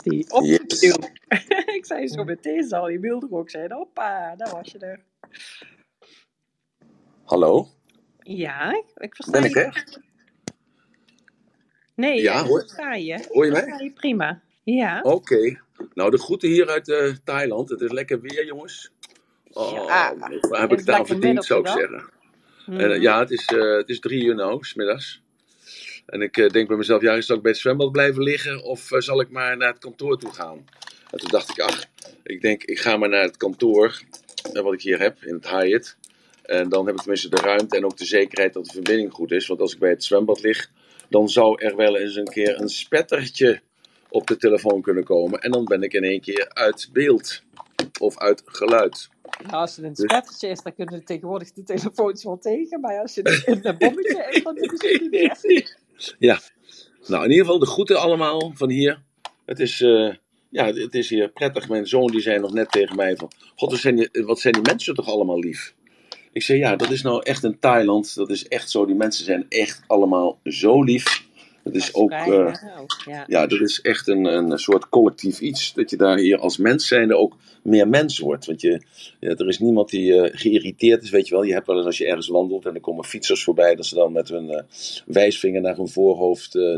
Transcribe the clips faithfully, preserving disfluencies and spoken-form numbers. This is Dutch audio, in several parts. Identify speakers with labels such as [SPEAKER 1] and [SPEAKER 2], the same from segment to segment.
[SPEAKER 1] die op de
[SPEAKER 2] Yes.
[SPEAKER 1] bedoel. Ik zei zo meteen, zal die wilde ook zijn. Hoppa, daar was je er.
[SPEAKER 2] Hallo?
[SPEAKER 1] Ja, ik versta
[SPEAKER 2] Ben
[SPEAKER 1] je.
[SPEAKER 2] ik er?
[SPEAKER 1] Nee,
[SPEAKER 2] Ja,
[SPEAKER 1] ik
[SPEAKER 2] hoor.
[SPEAKER 1] versta je.
[SPEAKER 2] Hoor je
[SPEAKER 1] Ik
[SPEAKER 2] mij?
[SPEAKER 1] versta je prima. Ja.
[SPEAKER 2] Oké. Okay. Nou, de groeten hier uit uh, Thailand. Het is lekker weer, jongens. Oh,
[SPEAKER 1] Ja.
[SPEAKER 2] waar heb
[SPEAKER 1] Is
[SPEAKER 2] ik
[SPEAKER 1] het
[SPEAKER 2] daar
[SPEAKER 1] lekker
[SPEAKER 2] verdiend, zou ik
[SPEAKER 1] middag?
[SPEAKER 2] zeggen.
[SPEAKER 1] Mm-hmm.
[SPEAKER 2] En, uh, ja, het is, uh, het is drie uur nou, 's middags. En ik uh, denk bij mezelf, ja, zal ik bij het zwembad blijven liggen of uh, zal ik maar naar het kantoor toe gaan? En toen dacht ik, ach, ik denk, ik ga maar naar het kantoor, uh, wat ik hier heb, in het Hyatt. En dan heb ik tenminste de ruimte en ook de zekerheid dat de verbinding goed is. Want als ik bij het zwembad lig, dan zou er wel eens een keer een spettertje op de telefoon kunnen komen. En dan ben ik in één keer uit beeld. Of uit geluid.
[SPEAKER 1] Nou, als het een spettertje is, dan kunnen we tegenwoordig de telefoons wel tegen. Maar als je een, een bommetje is, dan is het niet meer.
[SPEAKER 2] Ja, nou in ieder geval de groeten allemaal van hier. Het is, uh, ja, het is hier prettig. Mijn zoon die zei nog net tegen mij van... God, wat zijn, die, wat zijn die mensen toch allemaal lief? Ik zei, ja, dat is nou echt in Thailand. Dat is echt zo. Die mensen zijn echt allemaal zo lief. Dat is ook, uh, ja. ja, dat is echt een, een soort collectief iets. Dat je daar hier als mens zijnde ook meer mens wordt. Want je, ja, er is niemand die uh, geïrriteerd is, weet je wel. Je hebt wel eens als je ergens wandelt en er komen fietsers voorbij, dat ze dan met hun uh, wijsvinger naar hun voorhoofd uh,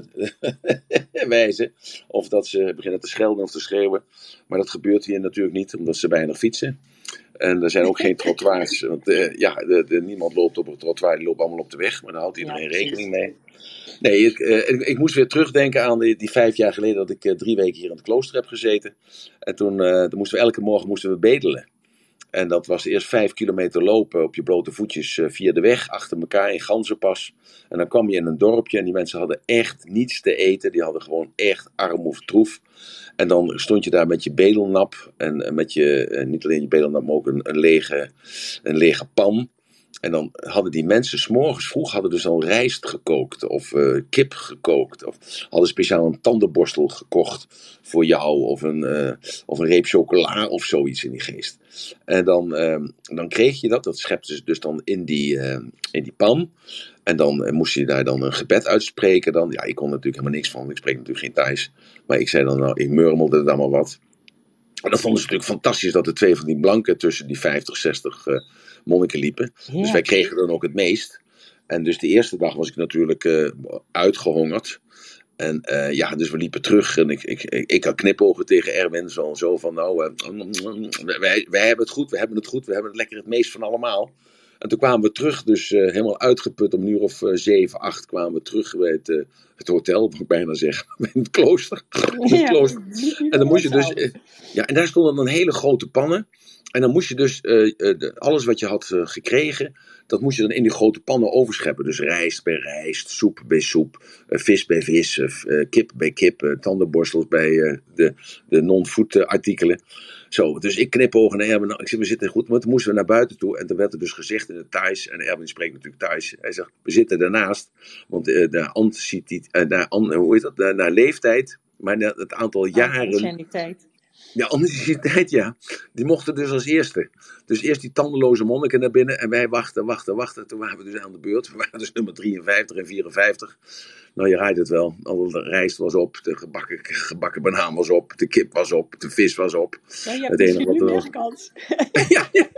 [SPEAKER 2] wijzen. Of dat ze beginnen te schelden of te schreeuwen. Maar dat gebeurt hier natuurlijk niet, omdat ze bijna fietsen. En er zijn ook geen trottoirs. Want uh, ja, de, de, niemand loopt op een trottoir, die loopt allemaal op de weg. Maar daar houdt iedereen ja, rekening mee. Nee, ik, uh, ik, ik moest weer terugdenken aan die, die vijf jaar geleden dat ik uh, drie weken hier in het klooster heb gezeten. En toen, uh, toen moesten we elke morgen moesten we bedelen. En dat was eerst vijf kilometer lopen op je blote voetjes uh, via de weg, achter elkaar in ganzenpas. En dan kwam je in een dorpje en die mensen hadden echt niets te eten. Die hadden gewoon echt arm of troef. En dan stond je daar met je bedelnap en met je, uh, niet alleen je bedelnap, maar ook een, een, lege, een lege pan. En dan hadden die mensen 's morgens vroeg hadden dus al rijst gekookt of uh, kip gekookt. Of hadden speciaal een tandenborstel gekocht voor jou of een, uh, of een reep chocola of zoiets in die geest. En dan, uh, dan kreeg je dat, dat schepte ze dus dan in die, uh, in die pan. En dan uh, moest je daar dan een gebed uitspreken. Dan. Ja, ik kon er natuurlijk helemaal niks van, ik spreek natuurlijk geen Thais. Maar ik zei dan, nou, ik murmelde dan maar wat. En dat vonden ze natuurlijk fantastisch dat er twee van die blanken tussen die vijftig, zestig uh, monniken liepen. Ja. Dus wij kregen dan ook het meest. En dus de eerste dag was ik natuurlijk uh, uitgehongerd. En uh, ja, dus we liepen terug en ik, ik, ik, ik had knipogen tegen Erwin. Zo, zo van, nou, uh, wij, wij hebben het goed, we hebben het goed, we hebben het lekker het meest van allemaal. En toen kwamen we terug, dus uh, helemaal uitgeput, om een uur of uh, zeven, acht kwamen we terug bij het, uh, het hotel, moet ik bijna zeggen, bij het klooster. Het
[SPEAKER 1] ja,
[SPEAKER 2] klooster. En dan moest je dus, uh, ja, en daar stonden dan hele grote pannen. En dan moest je dus uh, uh, de, alles wat je had uh, gekregen, dat moest je dan in die grote pannen overscheppen. Dus rijst bij rijst, soep bij soep, uh, vis bij vis, uh, kip bij kip, uh, tandenborstels bij uh, de, de non-food artikelen. Zo, dus ik knipoog naar Erwin. Ik zeg, we zitten goed, maar toen moesten we naar buiten toe. En toen werd er dus gezegd in het Thais, en Erwin spreekt natuurlijk Thais. Hij zegt, we zitten daarnaast, want uh, naar, anticiti- uh, naar, an, hoe heet dat? Naar, naar leeftijd, maar naar het aantal jaren...
[SPEAKER 1] Anciëniteit.
[SPEAKER 2] Ja, anciëniteit, ja. Die mochten dus als eerste. Dus eerst die tandeloze monniken naar binnen. En wij wachten, wachten, wachten. Toen waren we dus aan de beurt. We waren dus nummer drieënvijftig en vierenvijftig. Nou, je rijdt het wel. Al de rijst was op. De gebakken, gebakken banaan was op. De kip was op. De vis was op.
[SPEAKER 1] Ja, je hebt het enige wat er was. Kans.
[SPEAKER 2] ja, ja.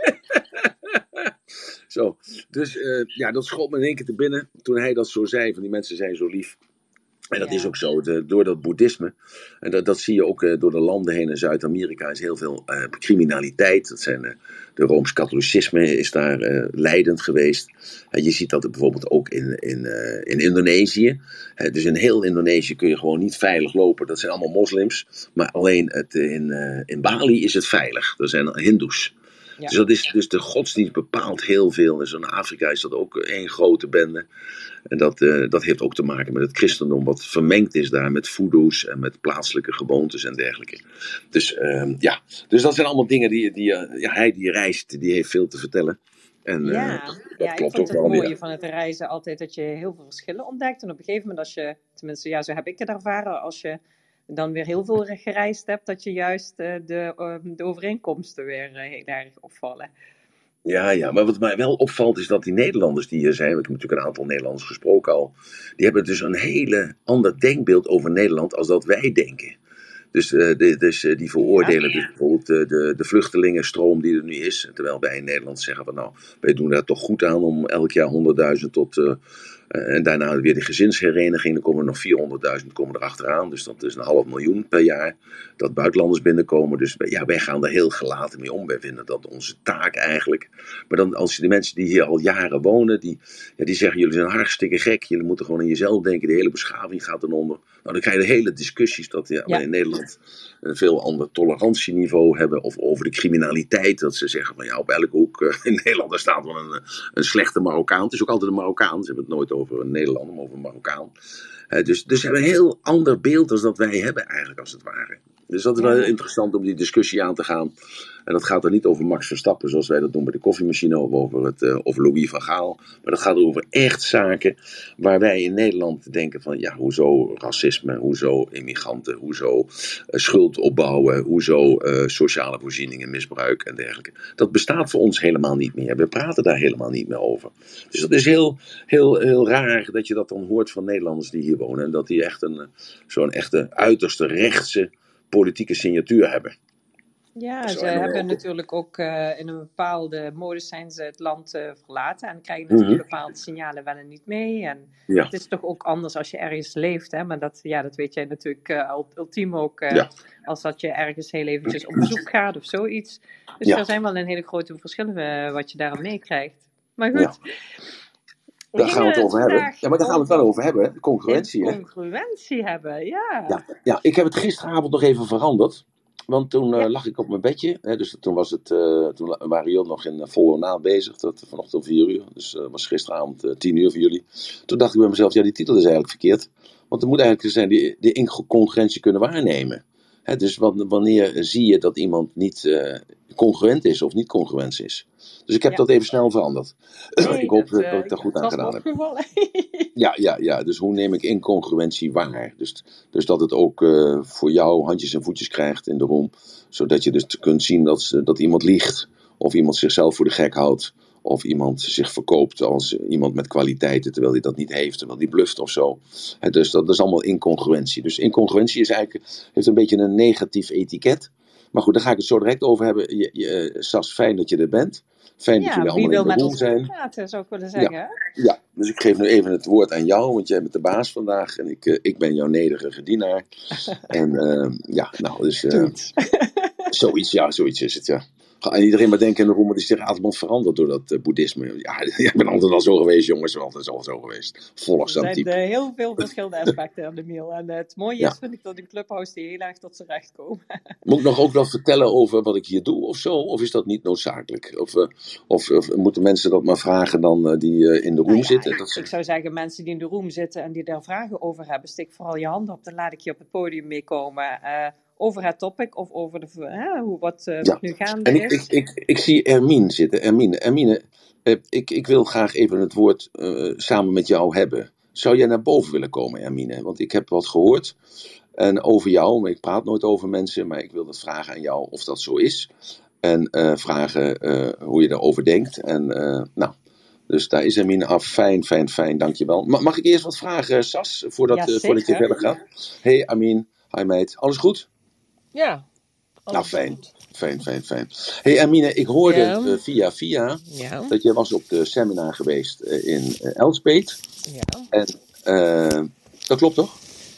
[SPEAKER 2] Zo. Dus uh, ja, dat schoot me in één keer te binnen. Toen hij dat zo zei. Van die mensen zijn zo lief. En dat ja. is ook zo, de, door dat boeddhisme, en dat, dat zie je ook uh, door de landen heen in Zuid-Amerika, is heel veel uh, criminaliteit. Dat zijn, uh, de Rooms-Katholicisme is daar uh, leidend geweest. Uh, je ziet dat bijvoorbeeld ook in, in, uh, in Indonesië. Uh, dus in heel Indonesië kun je gewoon niet veilig lopen. Dat zijn allemaal moslims. Maar alleen het, in, uh, in Bali is het veilig. Dat zijn hindoes. Ja. Dus, dat is, dus de godsdienst bepaalt heel veel. Dus in Afrika is dat ook één grote bende. En dat, uh, dat heeft ook te maken met het christendom, wat vermengd is daar met voedoes en met plaatselijke gewoontes en dergelijke. Dus uh, ja, dus dat zijn allemaal dingen die, die uh, ja, hij die reist, die heeft veel te vertellen. En, uh,
[SPEAKER 1] ja,
[SPEAKER 2] dat, dat
[SPEAKER 1] ja
[SPEAKER 2] klopt
[SPEAKER 1] ik vond
[SPEAKER 2] ook
[SPEAKER 1] het
[SPEAKER 2] wel
[SPEAKER 1] mooie
[SPEAKER 2] weer.
[SPEAKER 1] van het reizen altijd dat je heel veel verschillen ontdekt. En op een gegeven moment als je, tenminste ja, zo heb ik het ervaren, als je dan weer heel veel gereisd hebt, dat je juist uh, de, uh, de overeenkomsten weer uh, heel erg opvallen.
[SPEAKER 2] Ja, ja, maar wat mij wel opvalt is dat die Nederlanders die hier zijn, ik heb natuurlijk een aantal Nederlanders gesproken al, die hebben dus een hele ander denkbeeld over Nederland als dat wij denken. Dus, uh, de, dus uh, die veroordelen dus bijvoorbeeld uh, de, de vluchtelingenstroom die er nu is. Terwijl wij in Nederland zeggen van nou, wij doen daar toch goed aan om elk jaar honderdduizend tot... Uh, uh, en daarna weer de gezinshereniging. Dan komen er nog vierhonderdduizend komen er achteraan. Dus dat is een half miljoen per jaar dat buitenlanders binnenkomen. Dus ja, wij gaan er heel gelaten mee om. Wij vinden dat onze taak eigenlijk. Maar dan als je de mensen die hier al jaren wonen, die, ja, die zeggen jullie zijn hartstikke gek. Jullie moeten gewoon aan jezelf denken. De hele beschaving gaat eronder. Nou, dan krijg je de hele discussies dat ja, wij in Nederland een veel ander tolerantieniveau hebben. Of over de criminaliteit. Dat ze zeggen van ja, op elke hoek uh, in Nederland daar staat wel een, een slechte Marokkaan. Het is ook altijd een Marokkaan. Ze hebben het nooit over een Nederlander, maar over een Marokkaan. Uh, dus, dus ze hebben een heel ander beeld dan dat wij hebben eigenlijk als het ware. Dus dat is wel heel interessant om die discussie aan te gaan. En dat gaat er niet over Max Verstappen zoals wij dat doen bij de koffiemachine. Of over, het, uh, over Louis van Gaal. Maar dat gaat over echt zaken waar wij in Nederland denken van ja, hoezo racisme, hoezo immigranten, hoezo uh, schuld opbouwen, hoezo uh, sociale voorzieningen, misbruik en dergelijke. Dat bestaat voor ons helemaal niet meer. We praten daar helemaal niet meer over. Dus dat is heel, heel, heel raar dat je dat dan hoort van Nederlanders die hier wonen. En dat die echt een, zo'n echte uiterste rechtse politieke signatuur hebben.
[SPEAKER 1] Ja, ze hebben natuurlijk ook uh, in een bepaalde modus zijn ze het land uh, verlaten en krijgen natuurlijk mm-hmm. bepaalde signalen wel en niet mee. En ja. Het is toch ook anders als je ergens leeft, hè? Maar dat, ja, dat weet jij natuurlijk uh, ultiem ook uh, ja. als dat je ergens heel eventjes op bezoek gaat of zoiets. Dus ja. er zijn wel een hele grote verschillen uh, wat je daarom meekrijgt. Maar goed. Ja.
[SPEAKER 2] Daar gaan we het over hebben. Ja, maar daar gaan we het wel over hebben. De congruentie.
[SPEAKER 1] De congruentie hè? hebben, ja.
[SPEAKER 2] ja. Ja, ik heb het gisteravond nog even veranderd. Want toen uh, ja. lag ik op mijn bedje. Hè, dus toen, was het, uh, toen waren jullie nog in volle naad bezig. Dat, vanochtend om vier uur. Dus dat uh, was gisteravond uh, tien uur voor jullie. Toen dacht ik bij mezelf, ja die titel is eigenlijk verkeerd. Want er moet eigenlijk zijn die de incongruentie kunnen waarnemen. Hè, dus wanneer zie je dat iemand niet uh, congruent is of niet congruent is. Dus ik heb ja. dat even snel veranderd. Nee, ik hoop dat, uh, dat ik daar goed aan gedaan heb. ja, ja, ja, dus hoe neem ik incongruentie waar? Dus, dus dat het ook uh, voor jou handjes en voetjes krijgt in de room. Zodat je dus kunt zien dat, dat iemand liegt. Of iemand zichzelf voor de gek houdt. Of iemand zich verkoopt als iemand met kwaliteiten terwijl hij dat niet heeft. Terwijl hij bluft of zo. He, dus dat, dat is allemaal incongruentie. Dus incongruentie is eigenlijk, heeft een beetje een negatief etiket. Maar goed, daar ga ik het zo direct over hebben. Je, je, Sas, fijn dat je er bent. Fijn
[SPEAKER 1] ja,
[SPEAKER 2] dat jullie allemaal in de room zijn.
[SPEAKER 1] Praten, zou ik willen zeggen.
[SPEAKER 2] Ja, ja, dus ik geef nu even het woord aan jou, want jij bent de baas vandaag. En ik, uh, ik ben jouw nederige dienaar. en uh, ja, nou, dus... Uh, zoiets, ja, zoiets is het, ja. En iedereen maar denken in de room, die zich altijd veranderd door dat uh, boeddhisme. Ja, ik ben altijd al zo geweest, jongens. Ik ben altijd al zo geweest. Volgzaam type.
[SPEAKER 1] Er zijn uh, heel veel verschillende aspecten aan de mail. En uh, het mooie is, ja. vind ik, dat in Clubhouse die heel erg tot z'n recht komen.
[SPEAKER 2] Moet ik nog ook wat vertellen over wat ik hier doe of zo? Of is dat niet noodzakelijk? Of, uh, of, of moeten mensen dat maar vragen dan uh, die uh, in de room nou ja, zitten?
[SPEAKER 1] Ik,
[SPEAKER 2] dat
[SPEAKER 1] ik zou zeggen, mensen die in de room zitten en die daar vragen over hebben, steek vooral je hand op. Dan laat ik je op het podium meekomen. Uh, over het topic of over de, hè, hoe, wat, uh, ja. wat nu gaande
[SPEAKER 2] en
[SPEAKER 1] is.
[SPEAKER 2] Ik, ik, ik, ik zie Ermine zitten. Ermine, Ermine uh, ik, ik wil graag even het woord uh, samen met jou hebben. Zou jij naar boven willen komen, Ermine? Want ik heb wat gehoord en over jou. Maar ik praat nooit over mensen, maar ik wil dat vragen aan jou of dat zo is. En uh, vragen uh, hoe je daarover denkt. En uh, nou... Dus daar is Ermine af. Fijn, fijn, fijn. Dankjewel. Mag, mag ik eerst wat vragen, Sas? Voordat, ja, uh, voordat je verder gaat. Hey Ermine. Hi meid. Alles goed?
[SPEAKER 1] Ja.
[SPEAKER 2] Nou, fijn. Goed. Fijn, fijn, fijn. Hey Ermine, ik hoorde ja. uh, via via ja. dat jij was op de seminar geweest uh, in uh, Elspeet.
[SPEAKER 1] Ja.
[SPEAKER 2] En uh, dat klopt toch?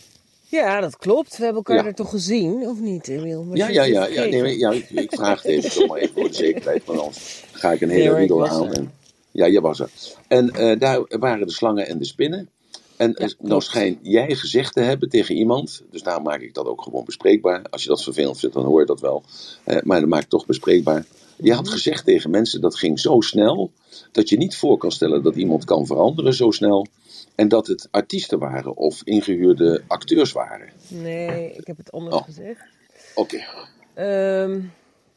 [SPEAKER 3] Ja, dat klopt. We hebben elkaar ja. er toch gezien, of niet, Emiel?
[SPEAKER 2] Ja, ja, ja. ja, nee, ja ik, ik vraag het even, toch maar even voor de zekerheid. Want anders ga ik een hele
[SPEAKER 3] nee,
[SPEAKER 2] riedel aan. En, ja, jij was er. En uh, daar waren de slangen en de spinnen. En ja, nou schijn jij gezegd te hebben tegen iemand, dus daar maak ik dat ook gewoon bespreekbaar. Als je dat vervelend vindt, dan hoor je dat wel. Uh, maar dan maak ik het toch bespreekbaar. Je had gezegd tegen mensen, dat ging zo snel, dat je niet voor kan stellen dat iemand kan veranderen zo snel. En dat het artiesten waren of ingehuurde acteurs waren.
[SPEAKER 3] Nee, ik heb het anders oh. gezegd.
[SPEAKER 2] Oké. Okay.
[SPEAKER 3] Um,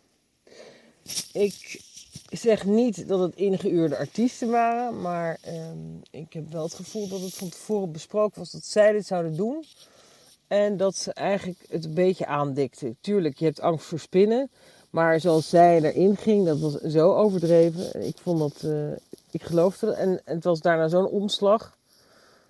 [SPEAKER 3] ik... Ik zeg niet dat het ingehuurde artiesten waren, maar um, ik heb wel het gevoel dat het van tevoren besproken was dat zij dit zouden doen. En dat ze eigenlijk het een beetje aandikten. Tuurlijk, je hebt angst voor spinnen, maar zoals zij erin ging, dat was zo overdreven. Ik vond dat, uh, ik geloofde en, en het was daarna zo'n omslag.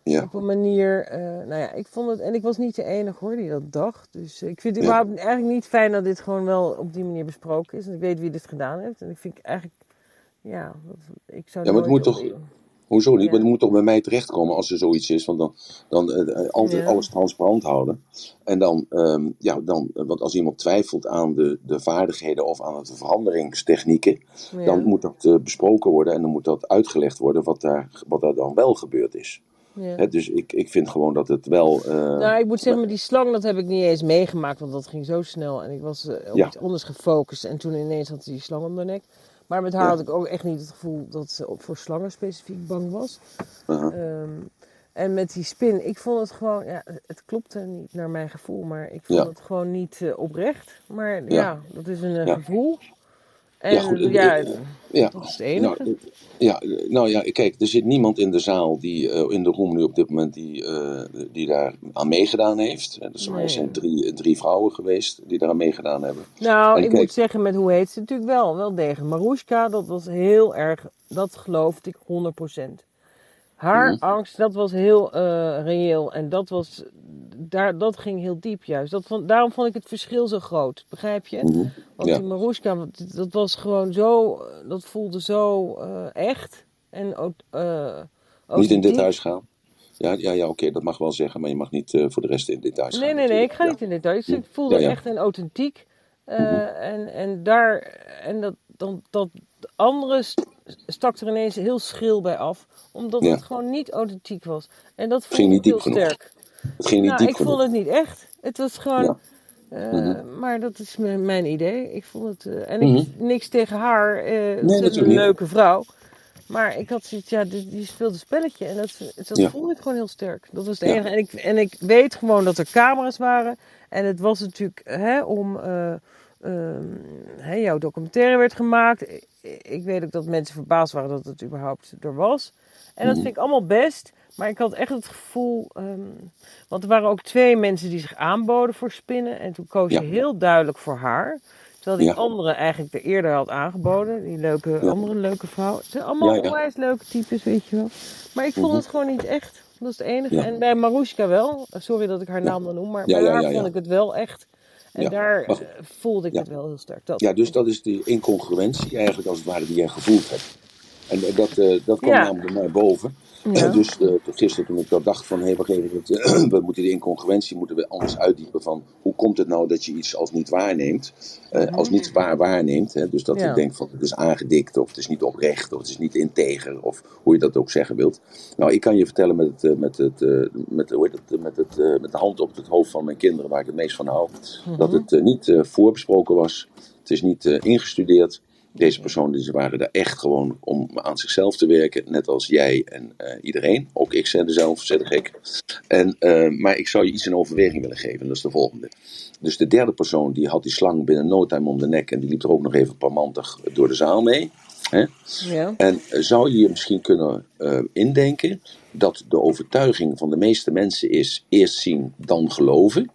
[SPEAKER 2] Ja.
[SPEAKER 3] Op een manier, uh, nou ja, ik vond het, en ik was niet de enige hoor die dat dacht. Dus uh, ik vind het
[SPEAKER 2] Ja.
[SPEAKER 3] überhaupt eigenlijk niet fijn dat dit gewoon wel op die manier besproken is. En ik weet wie dit gedaan heeft. En ik vind eigenlijk, ja, dat, ik zou
[SPEAKER 2] Ja, maar het
[SPEAKER 3] nooit
[SPEAKER 2] moet
[SPEAKER 3] op...
[SPEAKER 2] toch... Hoezo niet?
[SPEAKER 3] Ja.
[SPEAKER 2] Maar het moet toch bij mij terechtkomen als er zoiets is. Want dan, dan uh, altijd
[SPEAKER 3] Ja.
[SPEAKER 2] alles transparant houden. En dan, um, ja, dan, want als iemand twijfelt aan de, de vaardigheden of aan de veranderingstechnieken,
[SPEAKER 3] Ja.
[SPEAKER 2] dan moet dat uh, besproken worden en dan moet dat uitgelegd worden wat daar, wat daar dan wel gebeurd is.
[SPEAKER 3] Ja.
[SPEAKER 2] He, dus ik, ik vind gewoon dat het wel... Uh,
[SPEAKER 3] nou, ik moet zeggen, met die slang, dat heb ik niet eens meegemaakt, want dat ging zo snel. En ik was uh, op
[SPEAKER 2] ja.
[SPEAKER 3] iets anders gefocust en toen ineens had hij die slang om de nek. Maar met haar
[SPEAKER 2] ja.
[SPEAKER 3] had ik ook echt niet het gevoel dat ze voor slangen specifiek bang was.
[SPEAKER 2] Uh-huh.
[SPEAKER 3] Um, en met die spin, ik vond het gewoon, ja, het klopte niet naar mijn gevoel, maar ik vond
[SPEAKER 2] ja.
[SPEAKER 3] het gewoon niet uh, oprecht. Maar ja,
[SPEAKER 2] ja,
[SPEAKER 3] dat is een uh,
[SPEAKER 2] ja.
[SPEAKER 3] gevoel. En
[SPEAKER 2] ja, goed,
[SPEAKER 3] ja,
[SPEAKER 2] uh, ja,
[SPEAKER 3] dat is het enige.
[SPEAKER 2] Nou, ja, nou ja, kijk, er zit niemand in de zaal, die uh, in de room nu op dit moment, die, uh, die daar aan meegedaan heeft. Dus
[SPEAKER 3] Nee.
[SPEAKER 2] er zijn drie, drie vrouwen geweest die daar aan meegedaan hebben.
[SPEAKER 3] Nou,
[SPEAKER 2] en
[SPEAKER 3] ik
[SPEAKER 2] kijk,
[SPEAKER 3] moet zeggen, met hoe heet ze natuurlijk wel, wel degelijk. Marushka, dat was heel erg, dat geloofde ik honderd procent. Haar
[SPEAKER 2] mm-hmm.
[SPEAKER 3] angst, dat was heel uh, reëel en dat, was, daar, dat ging heel diep juist. Dat vond, daarom vond ik het verschil zo groot, begrijp je?
[SPEAKER 2] Mm-hmm.
[SPEAKER 3] Want
[SPEAKER 2] ja.
[SPEAKER 3] die Marushka, dat was gewoon zo, dat voelde zo uh, echt en uh, authentiek.
[SPEAKER 2] Niet in details gaan. Ja, ja, ja oké, okay, dat mag wel zeggen, maar je mag niet uh, voor de rest in details
[SPEAKER 3] nee,
[SPEAKER 2] gaan.
[SPEAKER 3] Nee, nee, nee, ik ga
[SPEAKER 2] ja.
[SPEAKER 3] niet in details. Ik voelde
[SPEAKER 2] ja, ja.
[SPEAKER 3] het echt en authentiek. Uh,
[SPEAKER 2] mm-hmm.
[SPEAKER 3] en, en daar, en dat, dat, dat andere stak er ineens heel schril bij af. Omdat
[SPEAKER 2] ja.
[SPEAKER 3] het gewoon niet authentiek was. En dat
[SPEAKER 2] vond
[SPEAKER 3] ik heel
[SPEAKER 2] genoeg.
[SPEAKER 3] sterk.
[SPEAKER 2] Het ging niet
[SPEAKER 3] nou,
[SPEAKER 2] diep
[SPEAKER 3] ik
[SPEAKER 2] genoeg.
[SPEAKER 3] vond het niet echt. Het was gewoon...
[SPEAKER 2] Ja.
[SPEAKER 3] Uh,
[SPEAKER 2] mm-hmm.
[SPEAKER 3] Maar dat is mijn, mijn idee. Ik vond het... Uh, en
[SPEAKER 2] mm-hmm.
[SPEAKER 3] ik, niks tegen haar. Uh,
[SPEAKER 2] nee,
[SPEAKER 3] het is een leuke vrouw. Maar ik had zoiets, ja, die, die speelde een spelletje. En dat, dat
[SPEAKER 2] ja.
[SPEAKER 3] voelde ik gewoon heel sterk. Dat was het enige. Ja. En, ik, en ik weet gewoon dat er camera's waren. En het was natuurlijk hè, om... Uh, uh, hè, jouw documentaire werd gemaakt. Ik, ik weet ook dat mensen verbaasd waren dat het überhaupt er was. En dat vind ik allemaal best. Maar ik had echt het gevoel... Um, want er waren ook twee mensen die zich aanboden voor spinnen. En toen koos
[SPEAKER 2] ja.
[SPEAKER 3] je heel duidelijk voor haar. Terwijl die
[SPEAKER 2] ja.
[SPEAKER 3] andere eigenlijk er eerder had aangeboden. Die leuke, ja. andere leuke vrouw. Het zijn allemaal
[SPEAKER 2] ja, ja.
[SPEAKER 3] onwijs leuke types, weet je wel. Maar ik vond
[SPEAKER 2] mm-hmm.
[SPEAKER 3] het gewoon niet echt. Dat is het enige.
[SPEAKER 2] Ja.
[SPEAKER 3] En bij Marushka wel. Sorry dat ik haar naam dan noem. Maar
[SPEAKER 2] ja,
[SPEAKER 3] bij
[SPEAKER 2] ja,
[SPEAKER 3] haar
[SPEAKER 2] ja, ja.
[SPEAKER 3] vond ik het wel echt. En
[SPEAKER 2] ja.
[SPEAKER 3] daar
[SPEAKER 2] maar,
[SPEAKER 3] voelde ik
[SPEAKER 2] ja.
[SPEAKER 3] het wel heel sterk. Dat.
[SPEAKER 2] Ja, dus dat is die incongruentie eigenlijk als het ware die jij gevoeld hebt. En dat, uh, dat kwam
[SPEAKER 3] ja.
[SPEAKER 2] namelijk bij mij boven.
[SPEAKER 3] Ja.
[SPEAKER 2] Dus uh, gisteren toen ik dat dacht van, hé, hey, wacht even, uh, we moeten die incongruentie moeten we anders uitdiepen van, hoe komt het nou dat je iets als niet waarneemt, uh, mm-hmm. als niet waar waarneemt, hè? Dus dat ja. je denkt van, het is aangedikt, of het is niet oprecht, of het is niet integer, of hoe je dat ook zeggen wilt. Nou, ik kan je vertellen met, het, met, het, uh, met, hoe heet het, met, het, uh, met de hand op het hoofd van mijn kinderen, waar ik het meest van hou, mm-hmm. dat het uh, niet uh, voorbesproken was, het is niet uh, ingestudeerd. Deze personen die waren er echt gewoon om aan zichzelf te werken. Net als jij en uh, iedereen. Ook ik zei zelf, zeg ik. En, uh, maar ik zou je iets in overweging willen geven. En dat is de volgende. Dus de derde persoon die had die slang binnen no time om de nek. En die liep er ook nog even parmantig door de zaal mee. Hè?
[SPEAKER 3] Ja.
[SPEAKER 2] En uh, zou je je misschien kunnen uh, indenken dat de overtuiging van de meeste mensen is eerst zien dan geloven.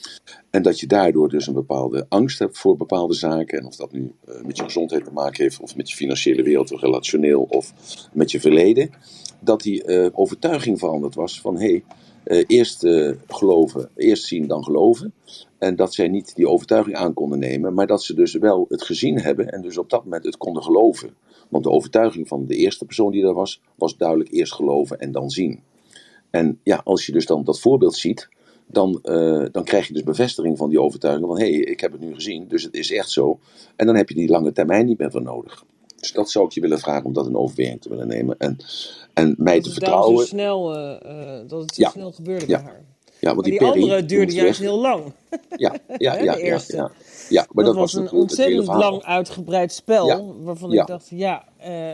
[SPEAKER 2] En dat je daardoor dus een bepaalde angst hebt voor bepaalde zaken. En of dat nu uh, met je gezondheid te maken heeft, of met je financiële wereld, of relationeel, of met je verleden. Dat die uh, overtuiging veranderd was van, hé, hey, uh, eerst uh, geloven, eerst zien dan geloven. En dat zij niet die overtuiging aan konden nemen, maar dat ze dus wel het gezien hebben en dus op dat moment het konden geloven. Want de overtuiging van de eerste persoon die daar was, was duidelijk eerst geloven en dan zien. En ja, als je dus dan dat voorbeeld ziet, Dan, uh, dan krijg je dus bevestiging van die overtuiging van, hé, hey, ik heb het nu gezien, dus het is echt zo. En dan heb je die lange termijn niet meer voor nodig. Dus dat zou ik je willen vragen om dat in overweging te willen nemen. En, en mij
[SPEAKER 3] dat
[SPEAKER 2] te
[SPEAKER 3] het
[SPEAKER 2] vertrouwen.
[SPEAKER 3] Zo snel, uh, uh, dat het zo
[SPEAKER 2] ja.
[SPEAKER 3] snel gebeurde
[SPEAKER 2] ja.
[SPEAKER 3] bij haar.
[SPEAKER 2] Ja, want
[SPEAKER 3] maar die,
[SPEAKER 2] die,
[SPEAKER 3] die
[SPEAKER 2] Perry,
[SPEAKER 3] andere duurde juist
[SPEAKER 2] weg.
[SPEAKER 3] heel lang.
[SPEAKER 2] Ja, ja,
[SPEAKER 3] He,
[SPEAKER 2] ja,
[SPEAKER 3] de
[SPEAKER 2] ja,
[SPEAKER 3] eerste.
[SPEAKER 2] ja. ja maar
[SPEAKER 3] dat,
[SPEAKER 2] dat
[SPEAKER 3] was
[SPEAKER 2] was
[SPEAKER 3] een
[SPEAKER 2] het,
[SPEAKER 3] ontzettend
[SPEAKER 2] het
[SPEAKER 3] lang uitgebreid spel.
[SPEAKER 2] Ja.
[SPEAKER 3] Waarvan
[SPEAKER 2] ja.
[SPEAKER 3] ik dacht, ja, uh,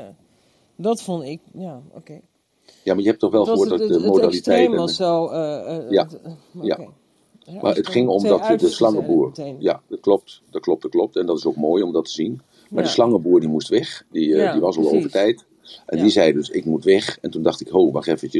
[SPEAKER 3] dat vond ik, ja, oké. Okay.
[SPEAKER 2] Ja, maar je hebt toch wel gehoord
[SPEAKER 3] het,
[SPEAKER 2] dat de
[SPEAKER 3] het,
[SPEAKER 2] modaliteit...
[SPEAKER 3] Het was zo... Uh, uh,
[SPEAKER 2] ja,
[SPEAKER 3] het, uh,
[SPEAKER 2] ja.
[SPEAKER 3] Okay. Ja,
[SPEAKER 2] maar het ging om dat de slangenboer...
[SPEAKER 3] Zijn,
[SPEAKER 2] ja, dat klopt, dat klopt, dat klopt. En dat is ook mooi om dat te zien. Maar
[SPEAKER 3] ja.
[SPEAKER 2] de slangenboer die moest weg. Die, uh,
[SPEAKER 3] ja,
[SPEAKER 2] die was al
[SPEAKER 3] precies.
[SPEAKER 2] over tijd. En
[SPEAKER 3] ja.
[SPEAKER 2] die zei dus, ik moet weg. En toen dacht ik, ho, wacht eventjes.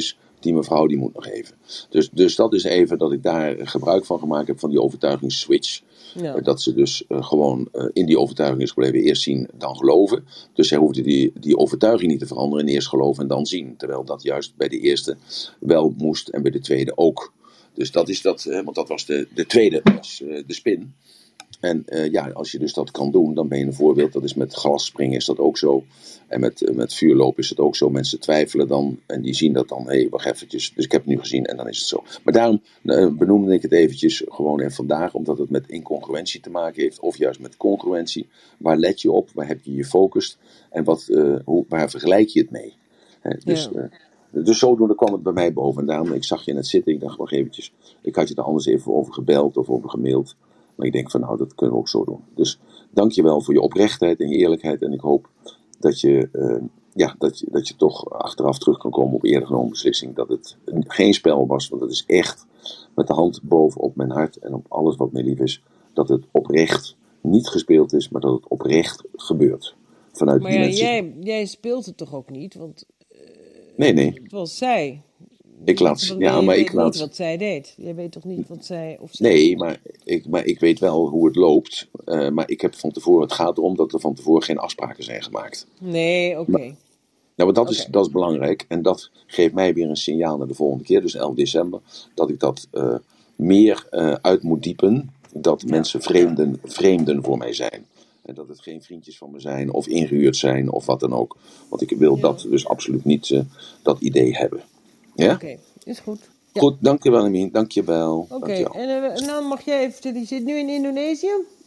[SPEAKER 2] die mevrouw die moet nog even. Dus, dus dat is even dat ik daar gebruik van gemaakt heb van die overtuigingsswitch.
[SPEAKER 3] Ja.
[SPEAKER 2] Uh, dat ze dus uh, gewoon uh, in die overtuiging is gebleven. Eerst zien, dan geloven. Dus zij hoefde die, die overtuiging niet te veranderen. En eerst geloven en dan zien. Terwijl dat juist bij de eerste wel moest en bij de tweede ook. Dus dat is dat, uh, want dat was de, de tweede, was, uh, de spin. En uh, ja, als je dus dat kan doen, dan ben je een voorbeeld. Dat is met glasspringen is dat ook zo. En met, uh, met vuurlopen is het ook zo. Mensen twijfelen dan en die zien dat dan. Hé, hey, wacht eventjes. Dus ik heb het nu gezien en dan is het zo. Maar daarom uh, benoemde ik het eventjes gewoon even vandaag. Omdat het met incongruentie te maken heeft. Of juist met congruentie. Waar let je op? Waar heb je je focust? En wat, uh, hoe, waar vergelijk je het mee? Hè, dus... Ja. Uh, Dus zodoende kwam het bij mij boven. En daarom, ik zag je net zitten. Ik dacht, wacht eventjes. Ik had je er anders even over gebeld of over gemaild. Maar ik denk van, nou, dat kunnen we ook zo doen. Dus dank je wel voor je oprechtheid en je eerlijkheid. En ik hoop dat je, uh, ja, dat je, dat je toch achteraf terug kan komen op eerder genomen beslissing. Dat het geen spel was. Want het is echt met de hand bovenop mijn hart en op alles wat mij lief is. Dat het oprecht niet gespeeld is, maar dat het oprecht gebeurt. Vanuit
[SPEAKER 3] maar
[SPEAKER 2] die
[SPEAKER 3] ja,
[SPEAKER 2] mensen.
[SPEAKER 3] jij, jij speelt het toch ook niet? Want
[SPEAKER 2] Nee, nee.
[SPEAKER 3] het was zij.
[SPEAKER 2] Ik laat,
[SPEAKER 3] Want
[SPEAKER 2] ja,
[SPEAKER 3] je
[SPEAKER 2] maar
[SPEAKER 3] weet
[SPEAKER 2] ik laat...
[SPEAKER 3] niet wat zij deed. Je weet toch niet wat zij... Of zij
[SPEAKER 2] Nee, maar ik, maar ik weet wel hoe het loopt. Uh, maar ik heb van tevoren... Het gaat erom dat er van tevoren geen afspraken zijn gemaakt.
[SPEAKER 3] Nee, oké. Okay.
[SPEAKER 2] Nou, maar dat,
[SPEAKER 3] okay.
[SPEAKER 2] is, dat is belangrijk. En dat geeft mij weer een signaal naar de volgende keer. Dus elf december. Dat ik dat uh, meer uh, uit moet diepen. Dat ja. mensen vreemden, vreemden voor mij zijn. En dat het geen vriendjes van me zijn. Of ingehuurd zijn. Of wat dan ook. Want ik wil ja. dat dus absoluut niet uh, dat idee hebben. Ja?
[SPEAKER 3] Oké, okay. Is goed. Ja.
[SPEAKER 2] Goed, dankjewel Emien, dankjewel.
[SPEAKER 3] Oké, okay. en uh, nou mag jij even, je zit nu in Indonesië?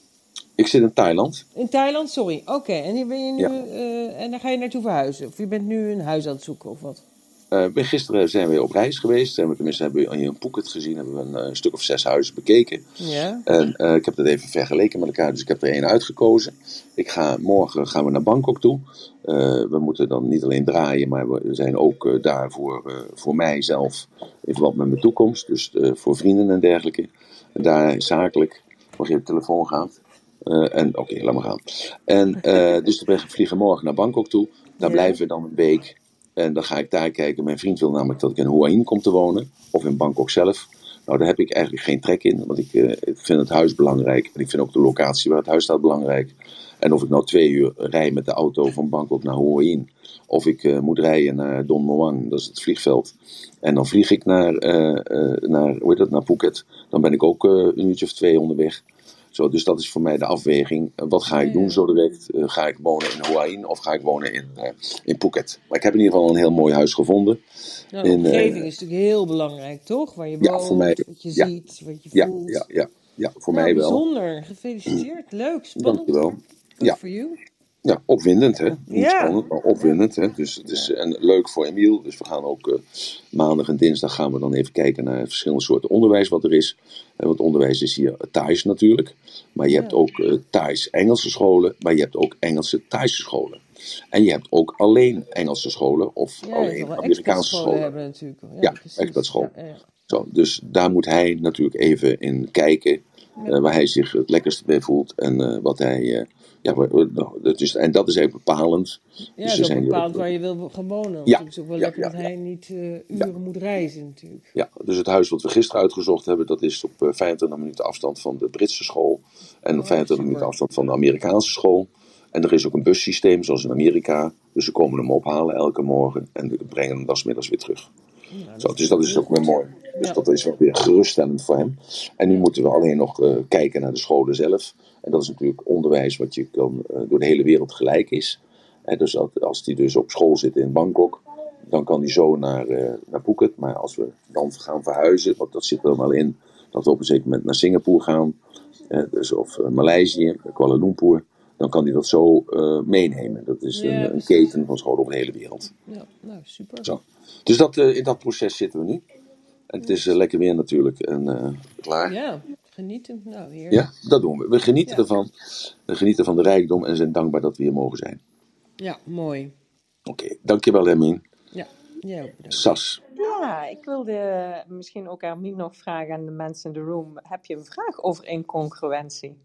[SPEAKER 2] Ik zit in Thailand.
[SPEAKER 3] In Thailand, sorry. Oké, okay. en hier ben je nu,
[SPEAKER 2] ja.
[SPEAKER 3] uh, en daar ga je naartoe verhuizen? Of je bent nu een huis aan het zoeken of wat?
[SPEAKER 2] Uh, ben gisteren zijn we op reis geweest. Zijn we, tenminste hebben we hier in Phuket gezien. Hebben we een uh, stuk of zes huizen bekeken.
[SPEAKER 3] Ja.
[SPEAKER 2] En uh, ik heb dat even vergeleken met elkaar. Dus ik heb er één uitgekozen. Ik ga, morgen gaan we naar Bangkok toe. Uh, we moeten dan niet alleen draaien. Maar we zijn ook uh, daar voor, uh, voor mijzelf. In verband met mijn toekomst. Dus uh, voor vrienden en dergelijke. En daar zakelijk. Mag je op de telefoon gaan. Uh, en oké, okay, laat maar gaan. En uh, dus we vliegen morgen naar Bangkok toe. Daar ja. blijven we dan een week. En dan ga ik daar kijken. Mijn vriend wil namelijk dat ik in Hua Hin kom te wonen. Of in Bangkok zelf. Nou, daar heb ik eigenlijk geen trek in. Want ik, uh, ik vind het huis belangrijk. En ik vind ook de locatie waar het huis staat belangrijk. En of ik nou twee uur rij met de auto van Bangkok naar Hua Hin. Of ik uh, moet rijden naar Don Muang. Dat is het vliegveld. En dan vlieg ik naar, uh, uh, naar, hoe heet dat, naar Phuket. Dan ben ik ook uh, een uurtje of twee onderweg. Zo, dus dat is voor mij de afweging. Wat ga ik doen zo direct? Uh, ga ik wonen in Hua Hin of ga ik wonen in, uh, in Phuket? Maar ik heb in ieder geval een heel mooi huis gevonden.
[SPEAKER 3] Nou, de omgeving uh, is natuurlijk heel belangrijk, toch? Waar je
[SPEAKER 2] ja,
[SPEAKER 3] woont,
[SPEAKER 2] voor mij,
[SPEAKER 3] wat je
[SPEAKER 2] ja,
[SPEAKER 3] ziet, wat je
[SPEAKER 2] ja,
[SPEAKER 3] voelt.
[SPEAKER 2] Ja, ja, ja, voor
[SPEAKER 3] nou,
[SPEAKER 2] mij wel.
[SPEAKER 3] Bijzonder, gefeliciteerd. Leuk, spannend.
[SPEAKER 2] Dankjewel.
[SPEAKER 3] Good
[SPEAKER 2] ja.
[SPEAKER 3] for you.
[SPEAKER 2] Ja, opwindend hè. Niet
[SPEAKER 3] ja.
[SPEAKER 2] spannend, maar opwindend hè. Dus het is en leuk voor Emiel. Dus we gaan ook uh, maandag en dinsdag gaan we dan even kijken naar verschillende soorten onderwijs wat er is. En want onderwijs is hier Thais natuurlijk. Maar je ja. hebt ook uh, Thais-Engelse scholen. Maar je hebt ook Engelse Thaise scholen. En je hebt ook alleen Engelse scholen of
[SPEAKER 3] ja,
[SPEAKER 2] alleen Amerikaanse scholen.
[SPEAKER 3] scholen hebben natuurlijk. Ja,
[SPEAKER 2] ja
[SPEAKER 3] expat
[SPEAKER 2] school.
[SPEAKER 3] Ja, ja.
[SPEAKER 2] Zo, dus daar moet hij natuurlijk even in kijken. Uh, waar hij zich het lekkerst bij voelt. En uh, wat hij... Uh, Ja, dat is, en dat is even bepalend.
[SPEAKER 3] Ja,
[SPEAKER 2] dus
[SPEAKER 3] dat is ook bepalend ook, waar je wil gaan wonen. Want
[SPEAKER 2] ja,
[SPEAKER 3] het is ook wel
[SPEAKER 2] ja,
[SPEAKER 3] lekker
[SPEAKER 2] ja,
[SPEAKER 3] dat
[SPEAKER 2] ja.
[SPEAKER 3] hij niet uh, uren ja. moet reizen natuurlijk.
[SPEAKER 2] Ja, dus het huis wat we gisteren uitgezocht hebben, dat is op uh, vijfentwintig minuten afstand van de Britse school. En op oh, vijfentwintig super. minuten afstand van de Amerikaanse school. En er is ook een bussysteem, zoals in Amerika. Dus ze komen hem ophalen elke morgen en brengen hem dan 's middags weer terug. Ja, Zo, dus dat is ook weer mooi. Dus ja. dat is ook weer geruststellend voor hem. En nu ja. moeten we alleen nog uh, kijken naar de scholen zelf. En dat is natuurlijk onderwijs wat je kan, uh, door de hele wereld gelijk is. En dus als hij dus op school zit in Bangkok, dan kan hij zo naar, uh, naar Phuket. Maar als we dan gaan verhuizen, want dat zit er wel in, dat we op een zeker moment naar Singapore gaan. Uh, dus of uh, Maleisië, Kuala Lumpur. Dan kan hij dat zo uh, meenemen. Dat is ja, een, een keten van scholen over de hele wereld.
[SPEAKER 3] Ja, nou super.
[SPEAKER 2] Zo. Dus dat, uh, in dat proces zitten we nu. En het is uh, lekker weer natuurlijk. En uh, klaar.
[SPEAKER 3] Ja, genieten. Nou, heerlijk.
[SPEAKER 2] Ja, dat doen we. We genieten
[SPEAKER 3] ja.
[SPEAKER 2] ervan. We genieten van de rijkdom en zijn dankbaar dat we hier mogen zijn.
[SPEAKER 3] Ja, mooi.
[SPEAKER 2] Oké, okay, dankjewel Hermine.
[SPEAKER 3] Ja, jij ook bedankt.
[SPEAKER 2] Sas.
[SPEAKER 1] Ja, ik wilde misschien ook Hermine nog vragen aan de mensen in de room. Heb je een vraag over incongruentie?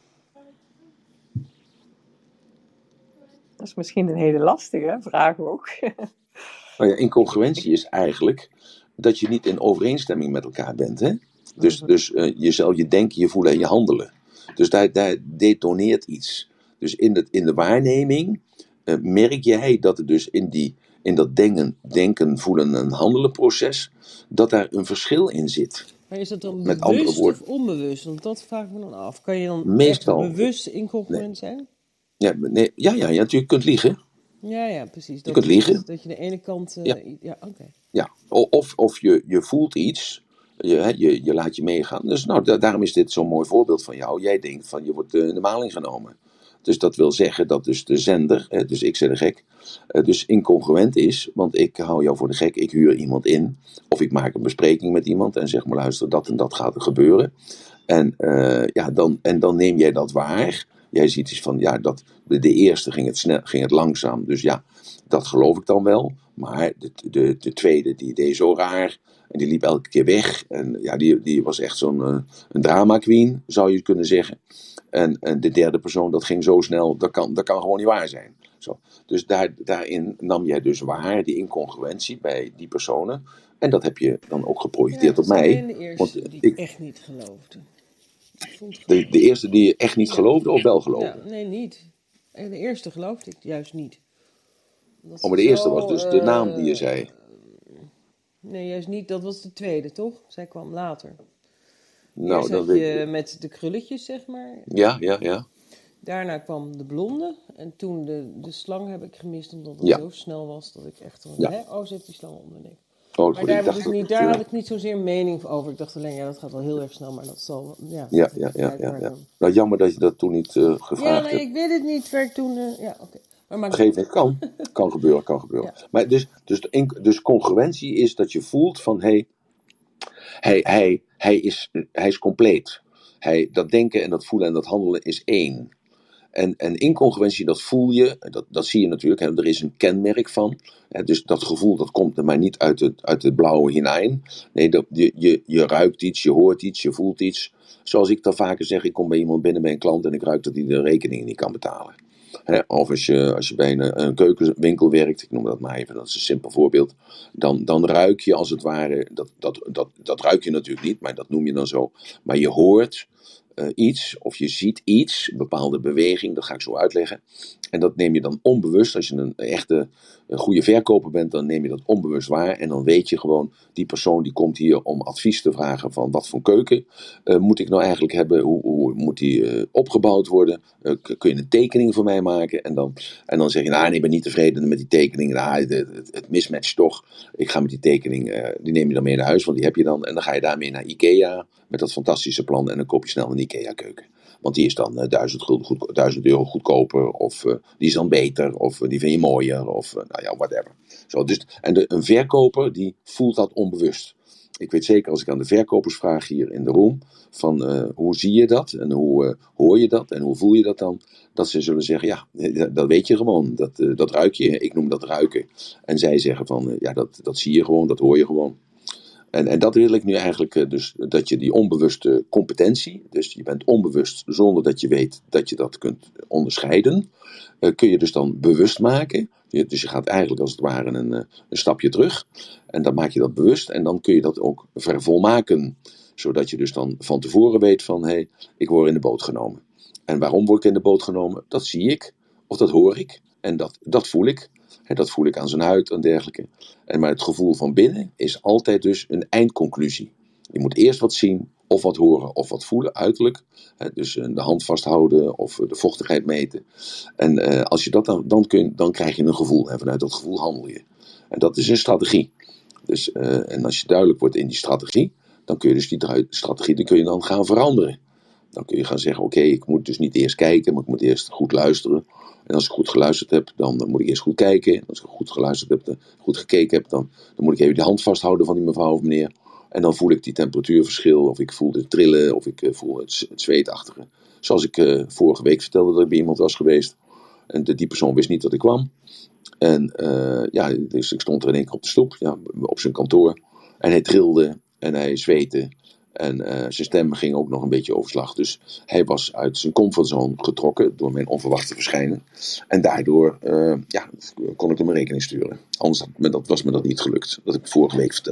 [SPEAKER 1] Dat is misschien een hele lastige vraag ook.
[SPEAKER 2] Nou ja, incongruentie is eigenlijk dat je niet in overeenstemming met elkaar bent. Hè? Dus, dus uh, jezelf, je denken, je voelen en je handelen. Dus daar, daar detoneert iets. Dus in de, in de waarneming uh, merk jij dat er dus in, die, in dat denken, denken, voelen en handelen proces, dat daar een verschil in zit.
[SPEAKER 3] Maar is dat dan
[SPEAKER 2] Met andere
[SPEAKER 3] bewust
[SPEAKER 2] woorden,
[SPEAKER 3] of onbewust? Want dat vraag ik me dan af. Kan je dan
[SPEAKER 2] meestal,
[SPEAKER 3] echt bewust
[SPEAKER 2] nee,
[SPEAKER 3] incongruent zijn?
[SPEAKER 2] ja, nee, ja, ja, ja, je kunt liegen.
[SPEAKER 3] Ja, ja, precies.
[SPEAKER 2] Je
[SPEAKER 3] Dat,
[SPEAKER 2] kunt
[SPEAKER 3] dat,
[SPEAKER 2] liegen.
[SPEAKER 3] dat je de ene kant... Uh,
[SPEAKER 2] Ja,
[SPEAKER 3] ja, oké. Okay.
[SPEAKER 2] ja. Of, of je, je voelt iets. Je, hè, je, je laat je meegaan. Dus nou, da- daarom is dit zo'n mooi voorbeeld van jou. Jij denkt van je wordt uh, in de maling genomen. Dus dat wil zeggen dat dus de zender, hè, dus ik zeg de gek, uh, dus incongruent is. Want ik hou jou voor de gek, ik huur iemand in. Of ik maak een bespreking met iemand en zeg maar luister, dat en dat gaat er gebeuren. En, uh, ja, dan, en dan neem jij dat waar. Jij ziet iets van, ja, dat, de, de eerste ging het, snel, ging het langzaam. Dus ja, dat geloof ik dan wel. Maar de, de, de tweede, die deed zo raar. En die liep elke keer weg. En ja, die, die was echt zo'n uh, een drama queen, zou je kunnen zeggen. En, en de derde persoon, dat ging zo snel, dat kan, dat kan gewoon niet waar zijn. Zo. Dus daar, daarin nam jij dus waar, die incongruentie bij die personen. En dat heb je dan ook geprojecteerd
[SPEAKER 3] ja,
[SPEAKER 2] op mij.
[SPEAKER 3] alleen de eerste
[SPEAKER 2] Want,
[SPEAKER 3] die
[SPEAKER 2] ik
[SPEAKER 3] echt niet geloofde.
[SPEAKER 2] De, de eerste die je echt niet
[SPEAKER 3] ja.
[SPEAKER 2] geloofde of wel geloofde?
[SPEAKER 3] Ja, nee, niet. En de eerste geloofde ik juist niet.
[SPEAKER 2] Oh, maar de eerste was dus de naam die je zei.
[SPEAKER 3] Nee, juist niet. Dat was de tweede, toch? Zij kwam later.
[SPEAKER 2] Nou,
[SPEAKER 3] Eerst
[SPEAKER 2] dat
[SPEAKER 3] had
[SPEAKER 2] weet
[SPEAKER 3] je
[SPEAKER 2] ik.
[SPEAKER 3] met de krulletjes, zeg maar.
[SPEAKER 2] Ja, ja, ja.
[SPEAKER 3] Daarna kwam de blonde. En toen de, de slang heb ik gemist, omdat het
[SPEAKER 2] Ja.
[SPEAKER 3] zo snel was dat ik echt...
[SPEAKER 2] Ja.
[SPEAKER 3] Hè? Oh, ze heeft die slang om de nek.
[SPEAKER 2] Oh,
[SPEAKER 3] Maar daar,
[SPEAKER 2] ik
[SPEAKER 3] heb ik
[SPEAKER 2] dacht
[SPEAKER 3] dus niet,
[SPEAKER 2] dat,
[SPEAKER 3] daar
[SPEAKER 2] uh,
[SPEAKER 3] had ik niet zozeer mening over. Ik dacht alleen, ja, dat gaat wel heel erg snel, maar dat zal... Ja,
[SPEAKER 2] Ja, ja, ja, ja, ja. Nou, jammer dat je dat toen niet uh, gevraagd
[SPEAKER 3] ja, nee,
[SPEAKER 2] hebt.
[SPEAKER 3] ik weet het niet. Werd toen... Uh, ja, oké. Okay. Maar maakt
[SPEAKER 2] Gegeven kan. Kan gebeuren, kan gebeuren. Ja. Maar dus, dus, de, dus congruentie is dat je voelt van... Hey, hij, hij, hij, is, hij is compleet. Hij, dat denken en dat voelen en dat handelen is één. En, en incongruentie, dat voel je, dat, dat zie je natuurlijk, hè, er is een kenmerk van. Hè, dus dat gevoel, dat komt er maar niet uit het, uit het blauwe hinein. Nee, dat, je, je, je ruikt iets, je hoort iets, je voelt iets. Zoals ik dan vaker zeg, ik kom bij iemand binnen, bij een klant en ik ruik dat hij de rekening niet kan betalen. Hè, of als je, als je bij een, een keukenwinkel werkt, ik noem dat maar even, dat is een simpel voorbeeld. Dan, dan ruik je als het ware, dat, dat, dat, dat ruik je natuurlijk niet, maar dat noem je dan zo. Maar je hoort... Uh, iets, of je ziet iets, een bepaalde beweging, dat ga ik zo uitleggen. En dat neem je dan onbewust, als je een echte een goede verkoper bent, dan neem je dat onbewust waar. En dan weet je gewoon, die persoon die komt hier om advies te vragen van wat voor keuken uh, moet ik nou eigenlijk hebben, hoe, hoe moet die uh, opgebouwd worden, uh, kun je een tekening voor mij maken? En dan, en dan zeg je, nou nee, ik ben niet tevreden met die tekening, nou, het, het, het mismatcht toch. Ik ga met die tekening, uh, die neem je dan mee naar huis, want die heb je dan. En dan ga je daarmee naar Ikea, met dat fantastische plan en dan koop je snel een Ikea keuken. Want die is dan uh, duizend, goed, duizend euro goedkoper, of uh, die is dan beter, of uh, die vind je mooier, of uh, nou ja, whatever. Zo, dus, en de, een verkoper die voelt dat onbewust. Ik weet zeker als ik aan de verkopers vraag hier in de room, van uh, hoe zie je dat, en hoe uh, hoor je dat, en hoe voel je dat dan, dat ze zullen zeggen, ja, dat weet je gewoon, dat, uh, dat ruik je, ik noem dat ruiken. En zij zeggen van, uh, ja, dat, dat zie je gewoon, dat hoor je gewoon. En, en dat wil ik nu eigenlijk, uh, dus dat je die onbewuste competentie, dus je bent onbewust zonder dat je weet dat je dat kunt onderscheiden, uh, kun je dus dan bewust maken. Je, dus je gaat eigenlijk als het ware een, een stapje terug en dan maak je dat bewust en dan kun je dat ook vervolmaken. Zodat je dus dan van tevoren weet van, hé, hey, ik word in de boot genomen. En waarom word ik in de boot genomen? Dat zie ik, of dat hoor ik, en dat, dat voel ik. En dat voel ik aan zijn huid en dergelijke. En maar het gevoel van binnen is altijd dus een eindconclusie. Je moet eerst wat zien, of wat horen, of wat voelen, uiterlijk. Dus de hand vasthouden, of de vochtigheid meten. En uh, als je dat dan, dan, kun, dan krijg je een gevoel. En vanuit dat gevoel handel je. En dat is een strategie. Dus, uh, en als je duidelijk wordt in die strategie, dan kun je dus die strategie die kun je dan gaan veranderen. Dan kun je gaan zeggen, oké, okay, ik moet dus niet eerst kijken, maar ik moet eerst goed luisteren. En als ik goed geluisterd heb, dan, dan moet ik eerst goed kijken. En als ik goed geluisterd heb, dan, goed gekeken heb, dan, dan moet ik even de hand vasthouden van die mevrouw of meneer. En dan voel ik die temperatuurverschil, of ik voel de trillen, of ik uh, voel het, het zweetachtige. Zoals ik uh, vorige week vertelde dat ik bij iemand was geweest. En de, die persoon wist niet dat ik kwam. En uh, ja, dus ik stond er in één keer op de stoep, ja, op zijn kantoor. En hij trilde en hij zweette. En uh, zijn stem ging ook nog een beetje overslag. Dus hij was uit zijn comfortzone getrokken door mijn onverwachte verschijnen. En daardoor uh, ja, kon ik hem een rekening sturen. Anders had me, dat, was me dat niet gelukt. Dat heb ik vorige week verteld.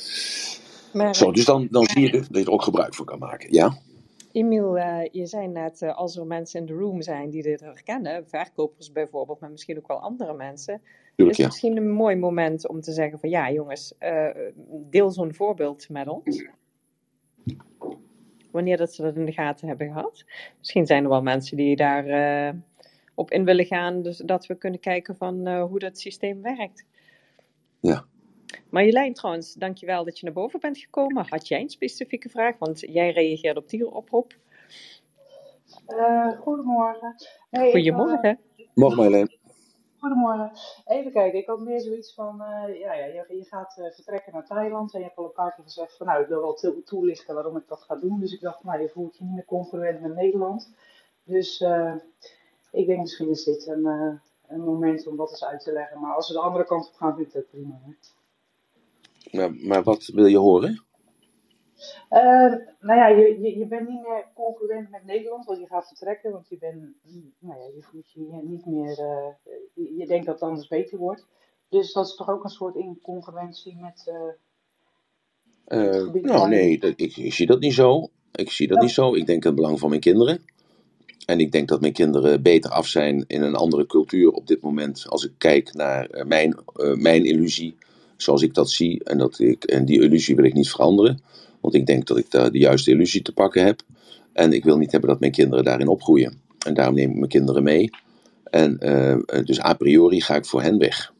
[SPEAKER 1] Maar,
[SPEAKER 2] Zo, dus dan, dan zie je dus dat je er ook gebruik van kan maken. Ja?
[SPEAKER 1] Emiel, uh, je zei net, uh, als er mensen in de room zijn die dit herkennen, verkopers bijvoorbeeld, maar misschien ook wel andere mensen,
[SPEAKER 2] Tuurlijk,
[SPEAKER 1] is het
[SPEAKER 2] ja.
[SPEAKER 1] misschien een mooi moment om te zeggen van ja jongens, uh, deel zo'n voorbeeld met ons. Wanneer dat ze dat in de gaten hebben gehad. Misschien zijn er wel mensen die daar uh, op in willen gaan, dus dat we kunnen kijken van uh, hoe dat systeem werkt.
[SPEAKER 2] Ja.
[SPEAKER 1] Marjolein trouwens, dankjewel dat je naar boven bent gekomen. Had jij een specifieke vraag? Want jij reageerde op die oproep.
[SPEAKER 4] Uh, goedemorgen. Hey,
[SPEAKER 1] Goedemorgen.
[SPEAKER 4] Ik, uh,
[SPEAKER 2] Morgen Marjolein.
[SPEAKER 4] Goedemorgen. Even kijken, ik had meer zoiets van, uh, ja, ja, je, je gaat uh, vertrekken naar Thailand en je hebt al een paar keer gezegd van, nou, ik wil wel to- toelichten waarom ik dat ga doen. Dus ik dacht, nou, je voelt je niet meer concurrent met Nederland. Dus uh, ik denk misschien is dit een, uh, een moment om dat eens uit te leggen. Maar als we de andere kant op gaan, vind ik dat prima. Hè?
[SPEAKER 2] Maar, maar wat wil je horen?
[SPEAKER 4] Uh, nou ja, je, je, je bent niet meer concurrent met Nederland, want je gaat vertrekken, want je bent, nou ja, je voelt je niet meer, uh, je, je denkt dat het anders beter wordt. Dus dat is toch ook een soort incongruentie met, uh,
[SPEAKER 2] Uh,
[SPEAKER 4] het gebied
[SPEAKER 2] nou
[SPEAKER 4] waar je...
[SPEAKER 2] nee, dat, ik, ik zie dat niet zo. Ik zie dat
[SPEAKER 4] Oh.
[SPEAKER 2] niet zo. Ik denk aan het belang van mijn kinderen. En ik denk dat mijn kinderen beter af zijn in een andere cultuur op dit moment. Als ik kijk naar uh, mijn, uh, mijn illusie, zoals ik dat zie. En, dat ik, en die illusie wil ik niet veranderen. Want ik denk dat ik de, de juiste illusie te pakken heb. En ik wil niet hebben dat mijn kinderen daarin opgroeien. En daarom neem ik mijn kinderen mee. En uh, dus a priori ga ik voor hen weg.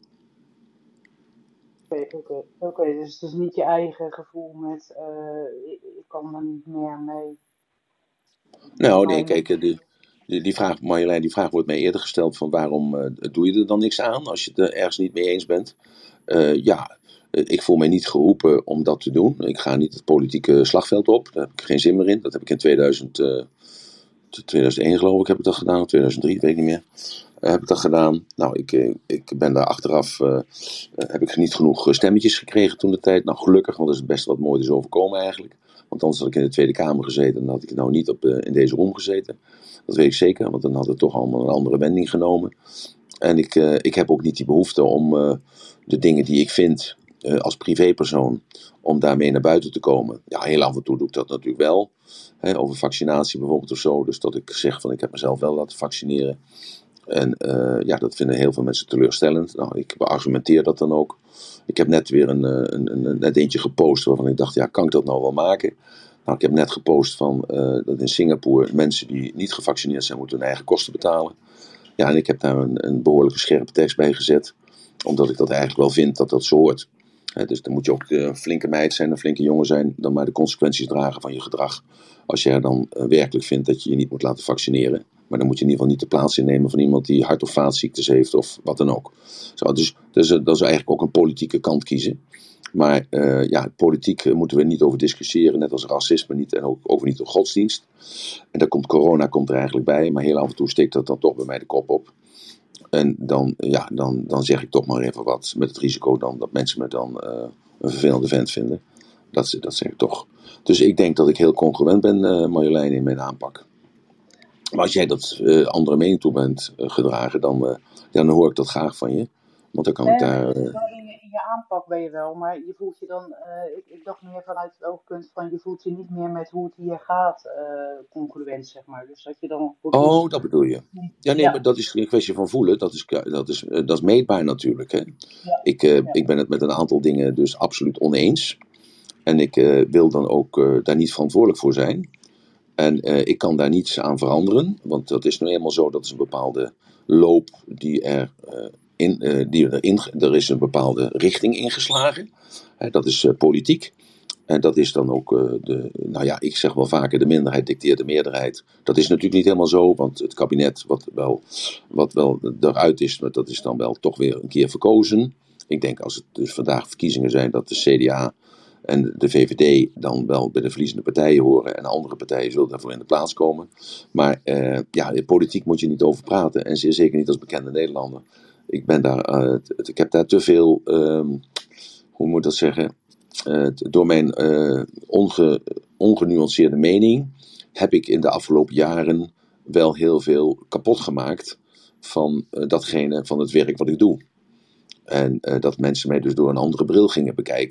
[SPEAKER 4] Oké, oké, oké. Dus het is niet je eigen gevoel met, uh, ik, ik kan er niet meer mee.
[SPEAKER 2] Nou, nee, kijk, die, die, die vraag, Marjolein, die vraag wordt mij eerder gesteld van waarom uh, doe je er dan niks aan als je het er ergens niet mee eens bent? Uh, ja, ik voel mij niet geroepen om dat te doen. Ik ga niet het politieke slagveld op, daar heb ik geen zin meer in. Dat heb ik in tweeduizend, uh, tweeduizend één geloof ik heb ik dat gedaan, tweeduizend drie, weet ik niet meer. Uh, heb ik dat gedaan. Nou, ik, ik ben daar achteraf, uh, uh, heb ik niet genoeg stemmetjes gekregen toen de tijd. Nou, gelukkig, want dat is best wat mooi is overkomen eigenlijk. Want anders had ik in de Tweede Kamer gezeten en dan had ik nou niet op, uh, in deze room gezeten. Dat weet ik zeker, want dan had het toch allemaal een andere wending genomen. En ik, uh, ik heb ook niet die behoefte om uh, de dingen die ik vind uh, als privépersoon, om daarmee naar buiten te komen. Ja, heel af en toe doe ik dat natuurlijk wel. Hè, over vaccinatie bijvoorbeeld of zo. Dus dat ik zeg van ik heb mezelf wel laten vaccineren. En uh, ja, dat vinden heel veel mensen teleurstellend. Nou, ik beargumenteer dat dan ook. Ik heb net weer een, een, een, net eentje gepost waarvan ik dacht, ja, kan ik dat nou wel maken? Nou, ik heb net gepost van uh, dat in Singapore mensen die niet gevaccineerd zijn, moeten hun eigen kosten betalen. Ja, en ik heb daar een, een behoorlijke scherpe tekst bij gezet. Omdat ik dat eigenlijk wel vind dat dat zo hoort. He, dus dan moet je ook een flinke meid zijn, een flinke jongen zijn, dan maar de consequenties dragen van je gedrag. Als jij dan uh, werkelijk vindt dat je je niet moet laten vaccineren. Maar dan moet je in ieder geval niet de plaats innemen van iemand die hart- of vaatziektes heeft of wat dan ook. Zo, dus dus uh, dat is eigenlijk ook een politieke kant kiezen. Maar uh, ja, politiek uh, moeten we niet over discussiëren, net als racisme niet en ook over niet over godsdienst. En daar komt corona komt er eigenlijk bij, maar heel af en toe steekt dat dan toch bij mij de kop op. En dan, ja, dan, dan zeg ik toch maar even wat, met het risico dan dat mensen me dan uh, een vervelende vent vinden. Dat, dat zeg ik toch. Dus ik denk dat ik heel congruent ben, uh, Marjolein, in mijn aanpak. Maar als jij dat uh, andere mening toe bent uh, gedragen, dan, uh, dan hoor ik dat graag van je. Want dan kan
[SPEAKER 4] nee,
[SPEAKER 2] ik daar...
[SPEAKER 4] nee,
[SPEAKER 2] Uh...
[SPEAKER 4] in, je, in je aanpak ben je wel, maar je voelt je dan, uh, ik, ik dacht meer vanuit het oogpunt van, je voelt je niet meer met hoe het hier gaat, uh, concurrent, zeg maar. Dus dat je dan...
[SPEAKER 2] Oh, dat bedoel je. Ja, nee,
[SPEAKER 4] ja.
[SPEAKER 2] maar dat is een kwestie van voelen. Dat is, dat is, uh, dat is meetbaar natuurlijk. Hè?
[SPEAKER 4] Ja.
[SPEAKER 2] Ik, uh,
[SPEAKER 4] ja.
[SPEAKER 2] ik ben het met een aantal dingen dus absoluut oneens. En ik uh, wil dan ook uh, daar niet verantwoordelijk voor zijn. En uh, ik kan daar niets aan veranderen. Want dat is nu eenmaal zo, dat is een bepaalde loop die er... Uh, In, uh, die erin, er is een bepaalde richting ingeslagen. Uh, dat is uh, politiek. En dat is dan ook uh, de, nou ja, ik zeg wel vaker, de minderheid dicteert de meerderheid. Dat is natuurlijk niet helemaal zo, want het kabinet wat wel, wat wel eruit is, dat is dan wel toch weer een keer verkozen. Ik denk als het dus vandaag verkiezingen zijn, dat de C D A en de V V D dan wel bij de verliezende partijen horen. En andere partijen zullen daarvoor in de plaats komen. Maar uh, ja, de politiek moet je niet over praten. En zeer zeker niet als bekende Nederlander. Ik ben daar, uh, t- ik heb daar te veel, um, hoe moet ik dat zeggen, uh, t- door mijn uh, onge, ongenuanceerde mening heb ik in de afgelopen jaren wel heel veel kapot gemaakt van uh, datgene, van het werk wat ik doe. En uh, dat mensen mij dus door een andere bril gingen bekijken.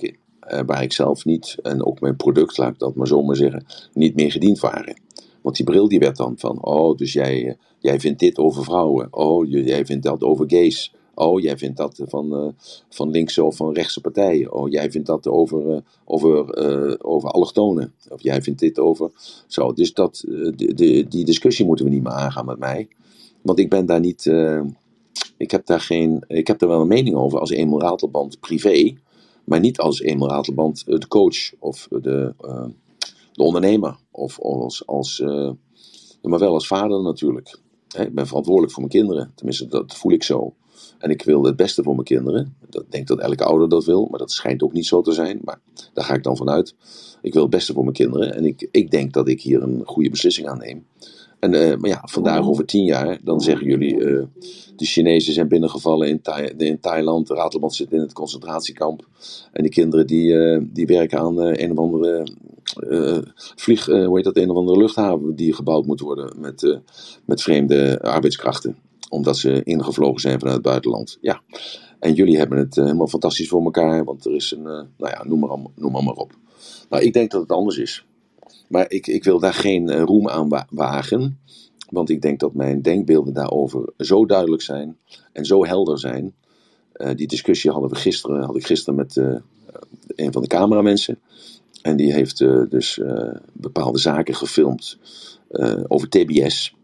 [SPEAKER 2] uh, waar ik zelf niet, en ook mijn product, laat ik dat maar zo maar zeggen, niet mee gediend waren. Want die bril die werd dan van, oh, dus jij, uh, jij vindt dit over vrouwen. Oh, jij vindt dat over gays. Oh, jij vindt dat van, uh, van linkse of van rechtse partijen. Oh, jij vindt dat over, uh, over, uh, over allochtonen. Of jij vindt dit over... Zo, dus dat, uh, de, de, die discussie moeten we niet meer aangaan met mij. Want ik ben daar niet... Uh, ik heb daar geen... Ik heb daar wel een mening over als Emil Ratelband privé. Maar niet als Emil Ratelband uh, de coach of de, uh, de ondernemer. Of als... als uh, maar wel als vader natuurlijk. Hè, ik ben verantwoordelijk voor mijn kinderen. Tenminste, dat voel ik zo. En ik wil het beste voor mijn kinderen. Ik denk dat elke ouder dat wil, maar dat schijnt ook niet zo te zijn. Maar daar ga ik dan vanuit. Ik wil het beste voor mijn kinderen. En ik, ik denk dat ik hier een goede beslissing aan neem. En, uh, maar ja, vandaag over tien jaar, dan zeggen jullie... Uh, de Chinezen zijn binnengevallen in, Tha- in Thailand. Ratelband zit in het concentratiekamp. En die kinderen die, uh, die werken aan uh, een of andere... Uh, vlieg, uh, hoe heet dat, een of andere luchthaven die gebouwd moet worden met, uh, met vreemde arbeidskrachten. Omdat ze ingevlogen zijn vanuit het buitenland. Ja, en jullie hebben het uh, helemaal fantastisch voor elkaar. Want er is een, uh, nou ja, noem maar, noem maar, maar op. Nou, ik denk dat het anders is. Maar ik, ik wil daar geen uh, roem aan wa- wagen. Want ik denk dat mijn denkbeelden daarover zo duidelijk zijn. En zo helder zijn. Uh, die discussie hadden we gisteren, had ik gisteren met uh, een van de cameramensen. En die heeft uh, dus uh, bepaalde zaken gefilmd uh, over T B S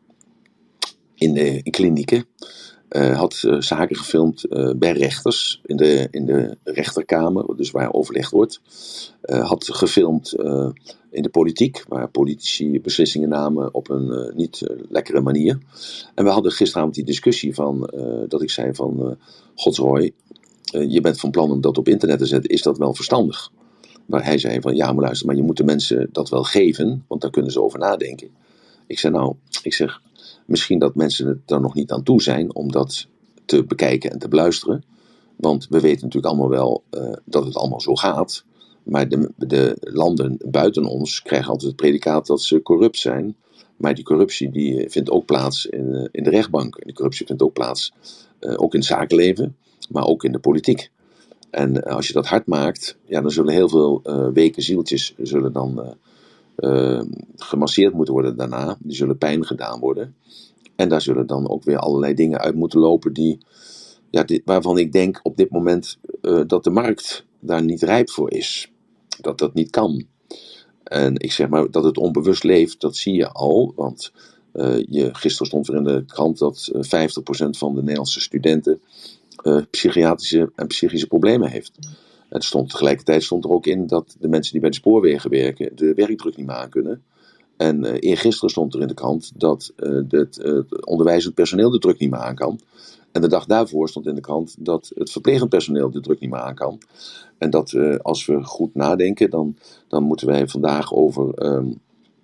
[SPEAKER 2] in de in klinieken. Uh, had uh, zaken gefilmd uh, bij rechters in de, in de rechterkamer, dus waar overlegd wordt. Uh, had gefilmd uh, in de politiek, waar politici beslissingen namen op een uh, niet uh, lekkere manier. En we hadden gisteravond die discussie van, uh, dat ik zei van, uh, Godsroy, uh, je bent van plan om dat op internet te zetten, is dat wel verstandig? Waar hij zei van, ja maar luister, maar je moet de mensen dat wel geven, want daar kunnen ze over nadenken. Ik zei nou, ik zeg, misschien dat mensen het er nog niet aan toe zijn om dat te bekijken en te beluisteren. Want we weten natuurlijk allemaal wel uh, dat het allemaal zo gaat. Maar de, de landen buiten ons krijgen altijd het predicaat dat ze corrupt zijn. Maar die corruptie die vindt ook plaats in, uh, in de rechtbank. En die corruptie vindt ook plaats uh, ook in het zakenleven, maar ook in de politiek. En uh, als je dat hard maakt, ja, dan zullen heel veel uh, weke zieltjes zullen dan uh, uh, gemasseerd moeten worden daarna. Die zullen pijn gedaan worden. En daar zullen dan ook weer allerlei dingen uit moeten lopen die, ja, dit, waarvan ik denk op dit moment uh, dat de markt daar niet rijp voor is. Dat dat niet kan. En ik zeg maar dat het onbewust leeft, dat zie je al. Want uh, je, gisteren stond er in de krant dat uh, vijftig procent van de Nederlandse studenten uh, psychiatrische en psychische problemen heeft. En stond, tegelijkertijd stond er ook in dat de mensen die bij de spoorwegen werken de werkdruk niet meer aankunnen. En uh, eergisteren stond er in de krant dat uh, het uh, onderwijzend personeel de druk niet meer aan kan. En de dag daarvoor stond in de krant dat het verplegend personeel de druk niet meer aan kan. En dat uh, als we goed nadenken, dan, dan moeten wij vandaag over, um,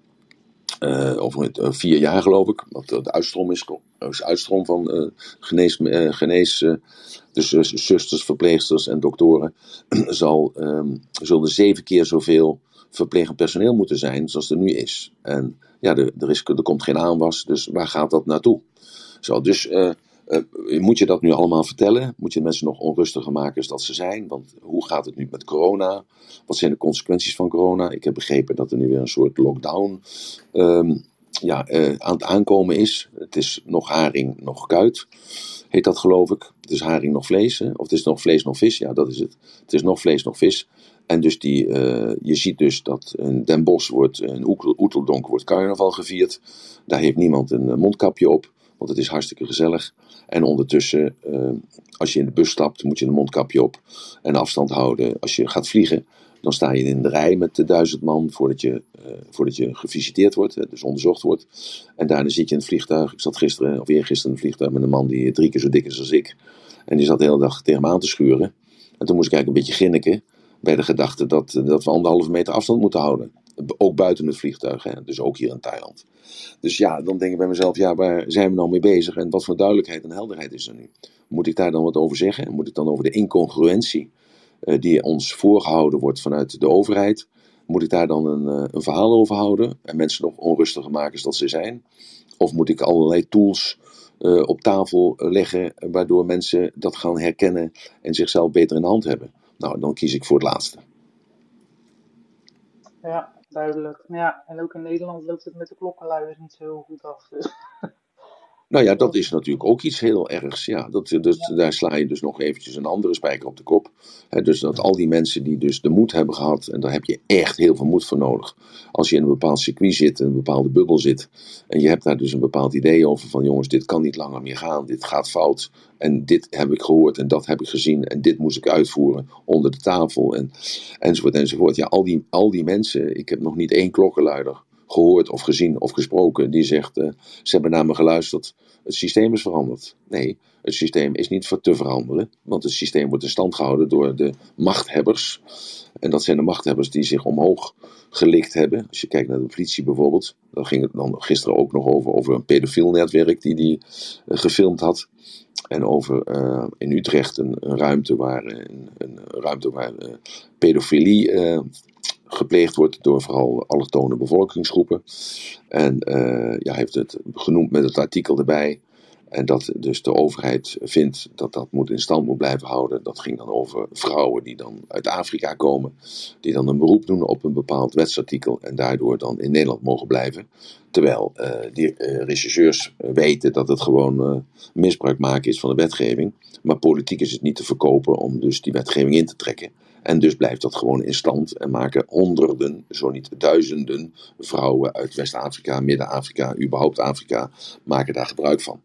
[SPEAKER 2] uh, over uh, vier jaar geloof ik, wat de uitstroom is, de uitstroom van uh, genees, uh, genees uh, dus uh, zusters, verpleegsters en doktoren, zal, um, zullen zeven keer zoveel verplegend personeel moeten zijn zoals er nu is. En ja, er, er, is, er komt geen aanwas, dus waar gaat dat naartoe? Zo, dus uh, uh, moet je dat nu allemaal vertellen? Moet je de mensen nog onrustiger maken als dat ze zijn? Want hoe gaat het nu met corona? Wat zijn de consequenties van corona? Ik heb begrepen dat er nu weer een soort lockdown um, ja, uh, aan het aankomen is. Het is nog haring, nog kuit, heet dat geloof ik. Het is haring, nog vlees. Hè? Of het is nog vlees, nog vis. Ja, dat is het. Het is nog vlees, nog vis. En dus die, uh, je ziet dus dat in Den Bosch wordt, in Oeteldonk wordt carnaval gevierd. Daar heeft niemand een mondkapje op, want het is hartstikke gezellig. En ondertussen, uh, als je in de bus stapt, moet je een mondkapje op en afstand houden. Als je gaat vliegen, dan sta je in de rij met de duizend man voordat je, uh, voordat je gevisiteerd wordt, dus onderzocht wordt. En daarna zit je in het vliegtuig. Ik zat gisteren, of eergisteren in een vliegtuig met een man die drie keer zo dik is als ik. En die zat de hele dag tegen me aan te schuren. En toen moest ik eigenlijk een beetje grinniken bij de gedachte dat, dat we anderhalve meter afstand moeten houden. Ook buiten het vliegtuig, hè? Dus ook hier in Thailand. Dus ja, dan denk ik bij mezelf, ja, waar zijn we nou mee bezig? En wat voor duidelijkheid en helderheid is er nu? Moet ik daar dan wat over zeggen? Moet ik dan over de incongruentie uh, die ons voorgehouden wordt vanuit de overheid, moet ik daar dan een, uh, een verhaal over houden? En mensen nog onrustiger maken als dat ze zijn? Of moet ik allerlei tools uh, op tafel leggen, waardoor mensen dat gaan herkennen en zichzelf beter in de hand hebben? Nou, dan kies ik voor het laatste.
[SPEAKER 4] Ja, duidelijk. Ja, en ook in Nederland loopt het met de klokkenluiders niet zo heel goed af. Dus.
[SPEAKER 2] Nou ja, dat is natuurlijk ook iets heel ergs. Ja, dat, dat,
[SPEAKER 4] Ja.
[SPEAKER 2] daar sla je dus nog eventjes een andere spijker op de kop. He, dus dat al die mensen die dus de moed hebben gehad, en daar heb je echt heel veel moed voor nodig. Als je in een bepaald circuit zit, in een bepaalde bubbel zit, en je hebt daar dus een bepaald idee over van jongens, dit kan niet langer meer gaan, dit gaat fout. En dit heb ik gehoord en dat heb ik gezien en dit moest ik uitvoeren onder de tafel en, enzovoort enzovoort. Ja, al die, al die mensen, ik heb nog niet één klokkenluider gehoord of gezien of gesproken die zegt, uh, ze hebben naar me geluisterd, het systeem is veranderd. Nee, het systeem is niet voor te veranderen, want het systeem wordt in stand gehouden door de machthebbers. En dat zijn de machthebbers die zich omhoog gelikt hebben. Als je kijkt naar de politie bijvoorbeeld, daar ging het dan gisteren ook nog over, over een pedofiel netwerk die die uh, gefilmd had. En over uh, in Utrecht een, een ruimte waar, een, een ruimte waar uh, pedofilie uh, gepleegd wordt door vooral allochtone bevolkingsgroepen. En uh, ja, heeft het genoemd met het artikel erbij. En dat dus de overheid vindt dat dat moet in stand moet blijven houden. Dat ging dan over vrouwen die dan uit Afrika komen. Die dan een beroep doen op een bepaald wetsartikel. En daardoor dan in Nederland mogen blijven. Terwijl uh, die uh, rechercheurs weten dat het gewoon uh, misbruik maken is van de wetgeving. Maar politiek is het niet te verkopen om dus die wetgeving in te trekken. En dus blijft dat gewoon in stand en maken honderden, zo niet duizenden vrouwen uit West-Afrika, Midden-Afrika, überhaupt Afrika, maken daar gebruik van.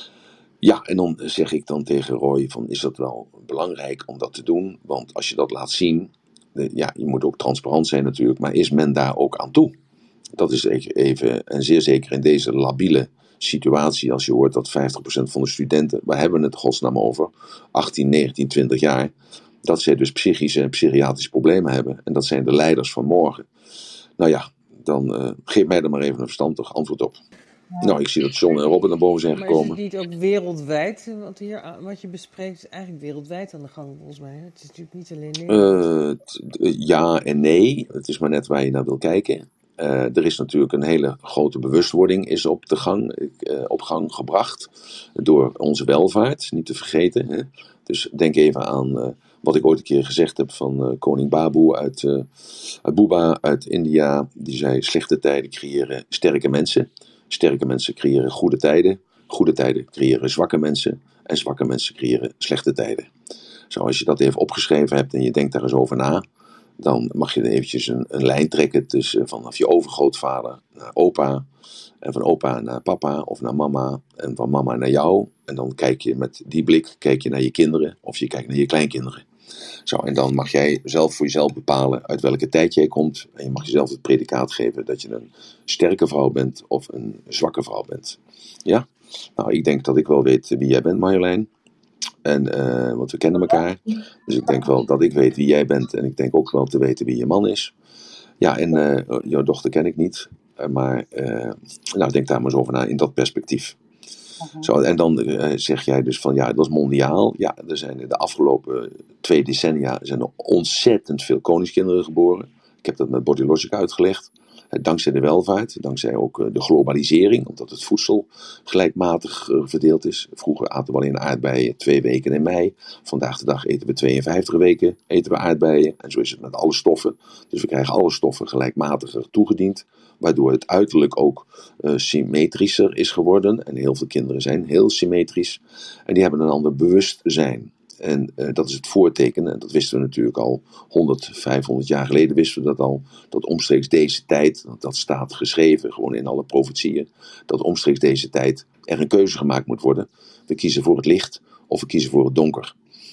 [SPEAKER 2] Ja, en dan zeg ik dan tegen Roy van, is dat wel belangrijk om dat te doen? Want als je dat laat zien, de, ja, je moet ook transparant zijn natuurlijk, maar is men daar ook aan toe? Dat is even, en zeer zeker in deze labiele situatie, als je hoort dat vijftig procent van de studenten, waar hebben we het godsnaam over, achttien, negentien, twintig jaar, dat zij dus psychische en psychiatrische problemen hebben. En dat zijn de leiders van morgen. Nou ja, dan uh, geef mij er maar even een verstandig antwoord op. Ja. Nou, ik zie dat John en Robert naar boven zijn
[SPEAKER 3] maar
[SPEAKER 2] gekomen.
[SPEAKER 3] Maar is het niet ook wereldwijd, wat, hier, wat je bespreekt, is eigenlijk wereldwijd aan de gang volgens mij. Het is natuurlijk niet alleen Nederland.
[SPEAKER 2] Uh, t- ja en nee, het is maar net waar je naar wil kijken. Uh, er is natuurlijk een hele grote bewustwording is op, de gang, uh, op gang gebracht door onze welvaart, niet te vergeten. Hè? Dus denk even aan uh, wat ik ooit een keer gezegd heb van uh, koning Babu uit, uh, uit Buba uit India. Die zei, slechte tijden creëren sterke mensen. Sterke mensen creëren goede tijden. Goede tijden creëren zwakke mensen. En zwakke mensen creëren slechte tijden. Zo, als je dat even opgeschreven hebt en je denkt daar eens over na, dan mag je er eventjes een, een lijn trekken tussen vanaf je overgrootvader naar opa. En van opa naar papa of naar mama. En van mama naar jou. En dan kijk je met die blik kijk je naar je kinderen of je kijkt naar je kleinkinderen. Zo, en dan mag jij zelf voor jezelf bepalen uit welke tijd jij komt. En je mag jezelf het predicaat geven dat je een sterke vrouw bent of een zwakke vrouw bent. Ja? Nou, ik denk dat ik wel weet wie jij bent, Marjolein. En, uh, want we kennen elkaar. Dus ik denk wel dat ik weet wie jij bent. En ik denk ook wel te weten wie je man is. Ja, en uh, jouw dochter ken ik niet. Uh, maar uh, nou, denk daar maar eens over na in dat perspectief. Uh-huh. Zo, en dan uh, zeg jij dus van ja, dat is mondiaal. Ja, er zijn de afgelopen twee decennia zijn er ontzettend veel koningskinderen geboren. Ik heb dat met Bodylogic uitgelegd. Dankzij de welvaart, dankzij ook de globalisering, omdat het voedsel gelijkmatig verdeeld is. Vroeger aten we alleen aardbeien twee weken in mei. Vandaag de dag eten we tweeënvijftig weken eten we aardbeien. En zo is het met alle stoffen. Dus we krijgen alle stoffen gelijkmatiger toegediend. Waardoor het uiterlijk ook uh, symmetrischer is geworden. En heel veel kinderen zijn heel symmetrisch. En die hebben een ander bewustzijn. En uh, dat is het voorteken, en dat wisten we natuurlijk al honderd, vijfhonderd jaar geleden wisten we dat al, dat omstreeks deze tijd, dat staat geschreven gewoon in alle profetieën, dat omstreeks deze tijd er een keuze gemaakt moet worden. We kiezen voor het licht of we kiezen voor het donker.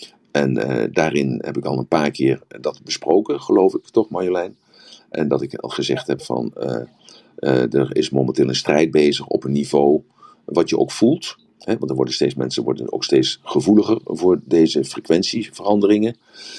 [SPEAKER 2] En uh, daarin heb ik al een paar keer dat besproken, geloof ik toch Marjolein? En dat ik al gezegd heb van, uh, uh, er is momenteel een strijd bezig op een niveau wat je ook voelt. He, want er worden steeds mensen worden ook steeds gevoeliger voor deze frequentieveranderingen.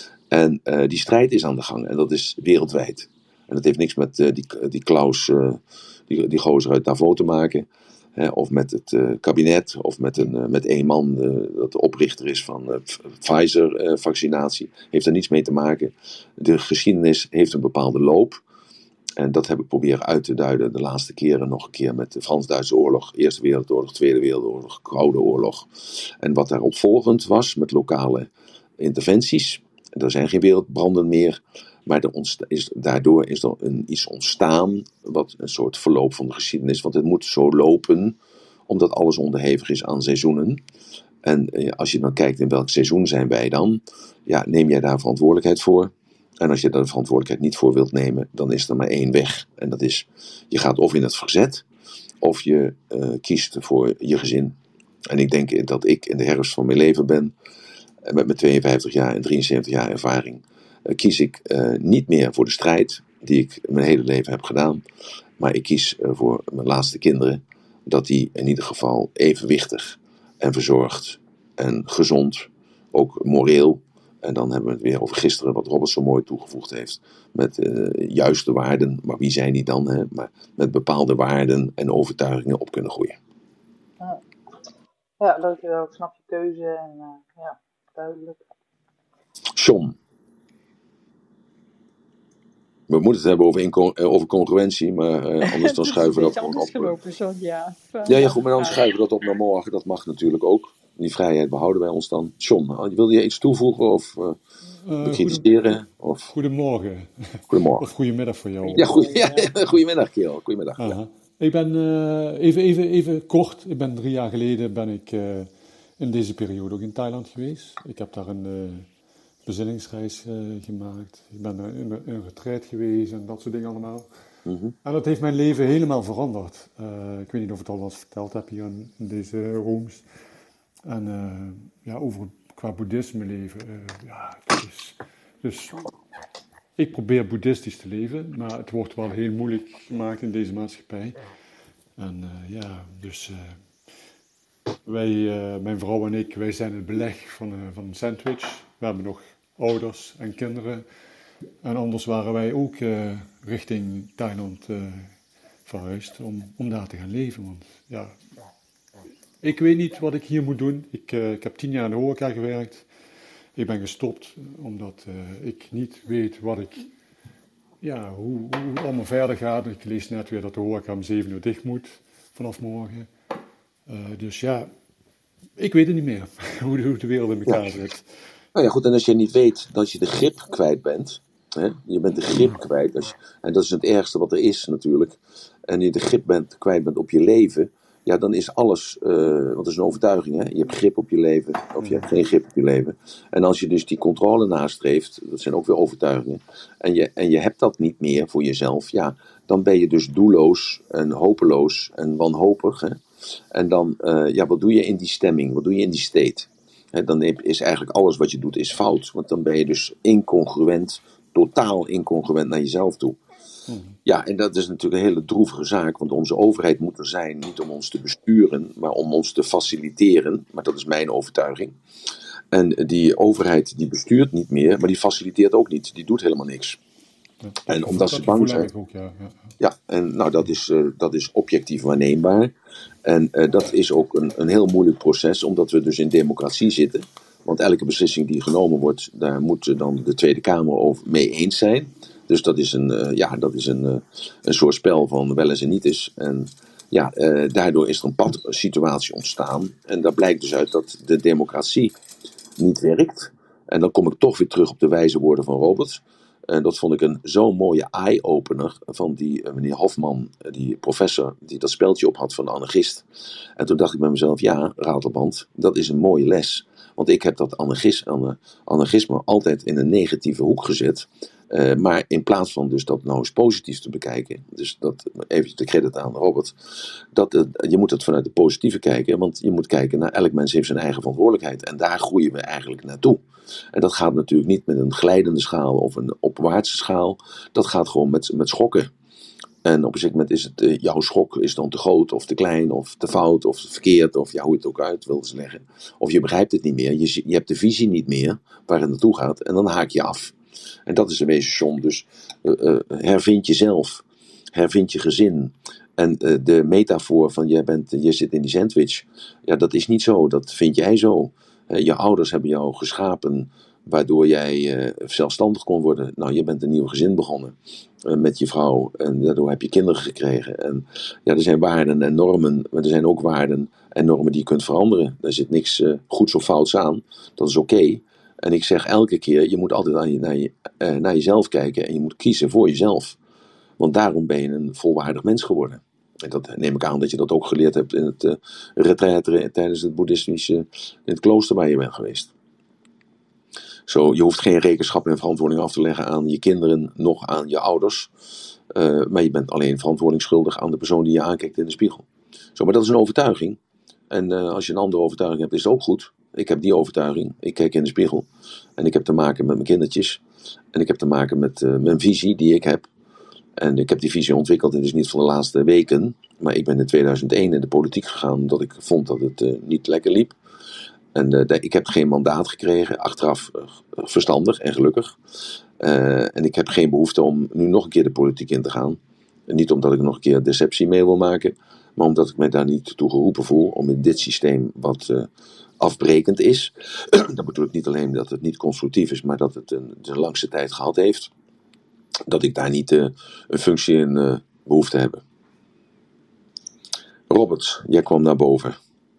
[SPEAKER 2] En uh, die strijd is aan de gang. En dat is wereldwijd. En dat heeft niks met uh, die, die Klaus, uh, die, die gozer uit Davos te maken. He, of met het uh, kabinet. Of met, een, uh, met één man uh, dat de oprichter is van uh, Pfizer-vaccinatie. Uh, heeft er niets mee te maken. De geschiedenis heeft een bepaalde loop. En dat heb ik proberen uit te duiden de laatste keren nog een keer met de Frans-Duitse oorlog, Eerste Wereldoorlog, Tweede Wereldoorlog, Koude Oorlog. En wat daarop volgend was met lokale interventies. Er zijn geen wereldbranden meer, Maar er ontsta- is, daardoor is er een, iets ontstaan, wat een soort verloop van de geschiedenis. Want het moet zo lopen, omdat alles onderhevig is aan seizoenen. En eh, als je dan kijkt in welk seizoen zijn wij dan, ja, neem jij daar verantwoordelijkheid voor? En als je daar de verantwoordelijkheid niet voor wilt nemen, dan is er maar één weg. En dat is, je gaat of in het verzet, of je uh, kiest voor je gezin. En ik denk dat ik in de herfst van mijn leven ben, met mijn tweeënvijftig jaar en drieënzeventig jaar ervaring, uh, kies ik uh, niet meer voor de strijd die ik mijn hele leven heb gedaan. Maar ik kies uh, voor mijn laatste kinderen, dat die in ieder geval evenwichtig en verzorgd en gezond, ook moreel. En dan hebben we het weer over gisteren, wat Robert zo mooi toegevoegd heeft. Met uh, juiste waarden, maar wie zijn die dan? Hè? Maar met bepaalde waarden en overtuigingen op kunnen groeien.
[SPEAKER 4] Ja, ja dankjewel. Ik snap je keuze en uh, ja, duidelijk.
[SPEAKER 2] John. We moeten het hebben over, inco- over congruentie, maar uh, anders dan schuiven we dat gewoon op.
[SPEAKER 1] Gelopen, John, ja.
[SPEAKER 2] ja, ja, goed, maar dan schuiven we dat op naar morgen. Dat mag natuurlijk ook. Die vrijheid behouden wij ons dan. John, wilde je iets toevoegen of uh, uh, bekritiseren? Of...
[SPEAKER 5] Goedemorgen.
[SPEAKER 2] Goedemorgen.
[SPEAKER 5] Of goedemiddag voor jou.
[SPEAKER 2] Ja, goeie, ja, ja, goedemiddag, Kjell. Goedemiddag.
[SPEAKER 5] Ja. Ik ben uh, even, even, even kort. Ik ben drie jaar geleden ben ik uh, in deze periode ook in Thailand geweest. Ik heb daar een uh, bezinningsreis uh, gemaakt. Ik ben uh, in een retreat geweest en dat soort dingen allemaal. Mm-hmm. En dat heeft mijn leven helemaal veranderd. Uh, ik weet niet of ik het al eens verteld heb hier in, in deze rooms. En uh, ja, over qua boeddhisme leven. Uh, ja, dus, dus ik probeer boeddhistisch te leven, maar het wordt wel heel moeilijk gemaakt in deze maatschappij. En uh, ja, dus uh, wij, uh, mijn vrouw en ik, wij zijn het beleg van, uh, van een sandwich. We hebben nog ouders en kinderen. En anders waren wij ook uh, richting Thailand uh, verhuisd om, om daar te gaan leven. Want ja, ik weet niet wat ik hier moet doen. Ik, uh, ik heb tien jaar in de horeca gewerkt. Ik ben gestopt omdat uh, ik niet weet wat ik, ja, hoe, hoe het allemaal verder gaat. Ik lees net weer dat de horeca om zeven uur dicht moet vanaf morgen. Uh, dus ja, ik weet het niet meer hoe, de, hoe de wereld in elkaar zit.
[SPEAKER 2] Nou ja, goed, en als je niet weet dat je de grip kwijt bent, hè, je bent de grip kwijt, als je, en dat is het ergste wat er is natuurlijk, en je de grip bent, kwijt bent op je leven, ja, dan is alles, uh, want dat is een overtuiging, hè? Je hebt grip op je leven, of je hebt geen grip op je leven. En als je dus die controle nastreeft, dat zijn ook weer overtuigingen, en je, en je hebt dat niet meer voor jezelf, ja, dan ben je dus doelloos en hopeloos en wanhopig. Hè? En dan, uh, ja, wat doe je in die stemming, wat doe je in die state? Hè, dan is eigenlijk alles wat je doet is fout, want dan ben je dus incongruent, totaal incongruent naar jezelf toe. Ja, en dat is natuurlijk een hele droevige zaak, want onze overheid moet er zijn, niet om ons te besturen, maar om ons te faciliteren. Maar dat is mijn overtuiging. En die overheid die bestuurt niet meer, maar die faciliteert ook niet. Die doet helemaal niks.
[SPEAKER 5] Ja,
[SPEAKER 2] en omdat ze bang zijn.
[SPEAKER 5] Ook, ja, ja.
[SPEAKER 2] ja, en nou, dat is, uh, dat is objectief waarneembaar. En uh, dat is ook een, een heel moeilijk proces, omdat we dus in democratie zitten. Want elke beslissing die genomen wordt, daar moet dan de Tweede Kamer over mee eens zijn. Dus dat is een, uh, ja, dat is een, uh, een soort spel van wel eens en niet eens. En ja, uh, daardoor is er een padsituatie ontstaan. En daar blijkt dus uit dat de democratie niet werkt. En dan kom ik toch weer terug op de wijze woorden van Robert. En dat vond ik een zo'n mooie eye-opener van die uh, meneer Hofman, die professor, die dat speltje op had van de anarchist. En toen dacht ik bij mezelf, ja, Ratelband, dat is een mooie les. Want ik heb dat anarchisme, anarchisme altijd in een negatieve hoek gezet. Uh, maar in plaats van dus dat nou eens positief te bekijken, dus dat even de credit aan Robert, dat, uh, je moet het vanuit de positieve kijken, want je moet kijken naar elk mens heeft zijn eigen verantwoordelijkheid en daar groeien we eigenlijk naartoe. En dat gaat natuurlijk niet met een glijdende schaal of een opwaartse schaal, dat gaat gewoon met, met schokken. En op een gegeven moment is het, uh, jouw schok is dan te groot of te klein of te fout of verkeerd of ja, hoe je het ook uit wil leggen. Of je begrijpt het niet meer, je, je hebt de visie niet meer waar het naartoe gaat en dan haak je af. En dat is een wezen, John. Dus uh, uh, hervind jezelf, hervind je gezin. En uh, de metafoor van jij bent, je zit in die sandwich, ja, dat is niet zo, dat vind jij zo. Uh, je ouders hebben jou geschapen, waardoor jij uh, zelfstandig kon worden. Nou, je bent een nieuw gezin begonnen uh, met je vrouw en daardoor heb je kinderen gekregen. En ja, er zijn waarden en normen, maar er zijn ook waarden en normen die je kunt veranderen. Er zit niks uh, goeds of fouts aan, dat is oké. Okay. En ik zeg elke keer, je moet altijd aan je, naar, je, uh, naar jezelf kijken en je moet kiezen voor jezelf. Want daarom ben je een volwaardig mens geworden. En dat neem ik aan dat je dat ook geleerd hebt in het uh, retraite tijdens het boeddhistische, in het klooster waar je bent geweest. Zo, je hoeft geen rekenschap en verantwoording af te leggen aan je kinderen, nog aan je ouders. Uh, maar je bent alleen verantwoording schuldig aan de persoon die je aankijkt in de spiegel. Zo, maar dat is een overtuiging. En uh, als je een andere overtuiging hebt, is het ook goed. Ik heb die overtuiging. Ik kijk in de spiegel. En ik heb te maken met mijn kindertjes. En ik heb te maken met uh, mijn visie die ik heb. En ik heb die visie ontwikkeld. En het is niet van de laatste weken. Maar ik ben in tweeduizend één in de politiek gegaan. Omdat ik vond dat het uh, niet lekker liep. En uh, de, ik heb geen mandaat gekregen. Achteraf uh, verstandig en gelukkig. Uh, en ik heb geen behoefte om nu nog een keer de politiek in te gaan. En niet omdat ik nog een keer deceptie mee wil maken. Maar omdat ik mij daar niet toe geroepen voel. Om in dit systeem wat uh, afbrekend is. Dat bedoel ik niet alleen dat het niet constructief is. Maar dat het een, de langste tijd gehad heeft. Dat ik daar niet uh, een functie in uh, behoef te hebben. Robert, jij kwam naar boven.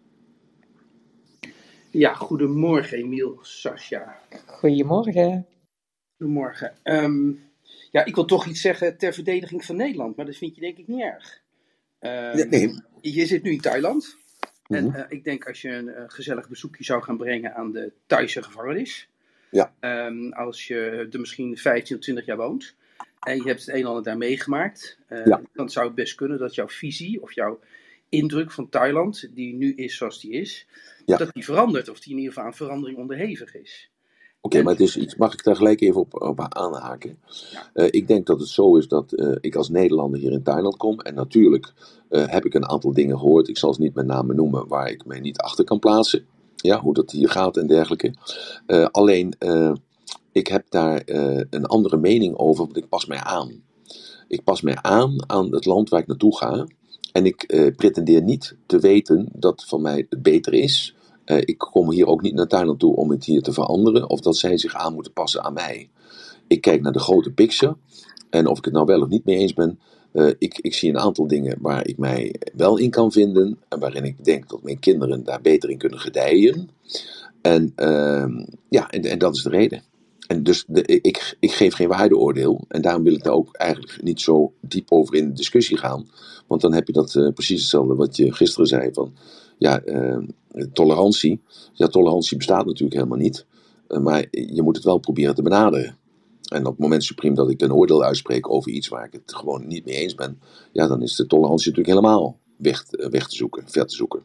[SPEAKER 6] Ja, goedemorgen Emiel, Sascha.
[SPEAKER 1] Goedemorgen.
[SPEAKER 6] Goedemorgen. Um, ja, ik wil toch iets zeggen ter verdediging van Nederland, maar dat vind je denk ik niet erg. Um,
[SPEAKER 2] ja, nee.
[SPEAKER 6] Je zit nu in Thailand.
[SPEAKER 2] Mm-hmm.
[SPEAKER 6] En uh, ik denk als je een uh, gezellig bezoekje zou gaan brengen aan de Thaise gevangenis.
[SPEAKER 2] Ja.
[SPEAKER 6] Um, als je er misschien vijftien of twintig jaar woont. En je hebt het een en ander daar meegemaakt. Uh,
[SPEAKER 2] Ja.
[SPEAKER 6] Dan zou het best kunnen dat jouw visie of jouw indruk van Thailand, die nu is zoals die is,
[SPEAKER 2] Ja.
[SPEAKER 6] dat die verandert. Of die in ieder geval aan verandering onderhevig is.
[SPEAKER 2] Oké, okay, maar het is iets, mag ik daar gelijk even op, op aanhaken?
[SPEAKER 6] Ja.
[SPEAKER 2] Uh, ik denk dat het zo is dat uh, ik als Nederlander hier in Thailand kom. En natuurlijk uh, heb ik een aantal dingen gehoord. Ik zal ze niet met name noemen waar ik mij niet achter kan plaatsen. Ja, hoe dat hier gaat en dergelijke. Uh, alleen, uh, ik heb daar uh, een andere mening over, want ik pas mij aan. Ik pas mij aan aan het land waar ik naartoe ga. En ik uh, pretendeer niet te weten dat van mij het beter is. Uh, ik kom hier ook niet naar Thailand toe om het hier te veranderen. Of dat zij zich aan moeten passen aan mij. Ik kijk naar de grote picture. En of ik het nou wel of niet mee eens ben. Uh, ik, ik zie een aantal dingen waar ik mij wel in kan vinden. En waarin ik denk dat mijn kinderen daar beter in kunnen gedijen. En, uh, ja, en, en dat is de reden. En dus de, ik, ik geef geen waardeoordeel. En daarom wil ik daar ook eigenlijk niet zo diep over in de discussie gaan. Want dan heb je dat uh, precies hetzelfde wat je gisteren zei. Van, ja, uh, tolerantie. Ja, tolerantie bestaat natuurlijk helemaal niet. Uh, maar je moet het wel proberen te benaderen. En op het moment supreme dat ik een oordeel uitspreek over iets waar ik het gewoon niet mee eens ben. Ja, dan is de tolerantie natuurlijk helemaal weg, weg te zoeken, ver te zoeken.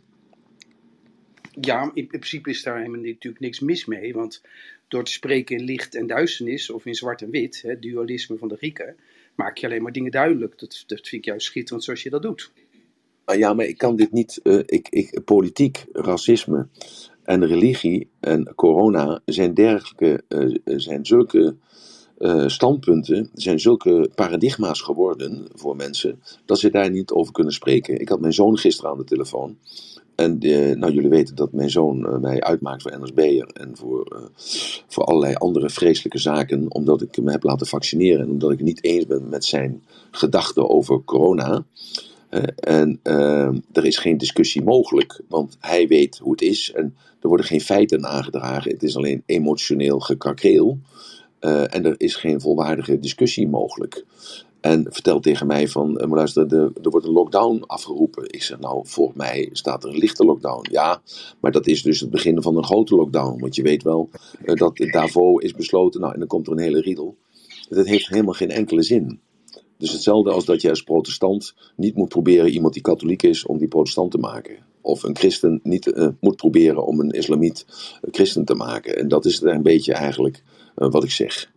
[SPEAKER 6] Ja, in, in principe is daar helemaal natuurlijk niks mis mee. Want door te spreken in licht en duisternis of in zwart en wit, het dualisme van de Grieken, maak je alleen maar dingen duidelijk. Dat, dat vind ik juist schitterend zoals je dat doet.
[SPEAKER 2] Ja, maar ik kan dit niet. Uh, ik, ik, politiek, racisme en religie en corona zijn dergelijke, uh, zijn zulke uh, standpunten, zijn zulke paradigma's geworden voor mensen, dat ze daar niet over kunnen spreken. Ik had mijn zoon gisteren aan de telefoon. En uh, nou, jullie weten dat mijn zoon uh, mij uitmaakt voor N S B'er en voor, uh, voor allerlei andere vreselijke zaken, omdat ik me heb laten vaccineren en omdat ik het niet eens ben met zijn gedachten over corona. Uh, en uh, er is geen discussie mogelijk, want hij weet hoe het is en er worden geen feiten aangedragen. Het is alleen emotioneel gekrakreel uh, en er is geen volwaardige discussie mogelijk. En vertelt tegen mij van, maar luister, de, er wordt een lockdown afgeroepen. Ik zeg, nou, volgens mij staat er een lichte lockdown. Ja, maar dat is dus het begin van een grote lockdown. Want je weet wel uh, dat Davos is besloten. Nou, en dan komt er een hele riedel. Dat heeft helemaal geen enkele zin. Dus hetzelfde als dat je als protestant niet moet proberen iemand die katholiek is om die protestant te maken. Of een christen niet uh, moet proberen om een islamiet uh, christen te maken. En dat is een beetje eigenlijk uh, wat ik zeg.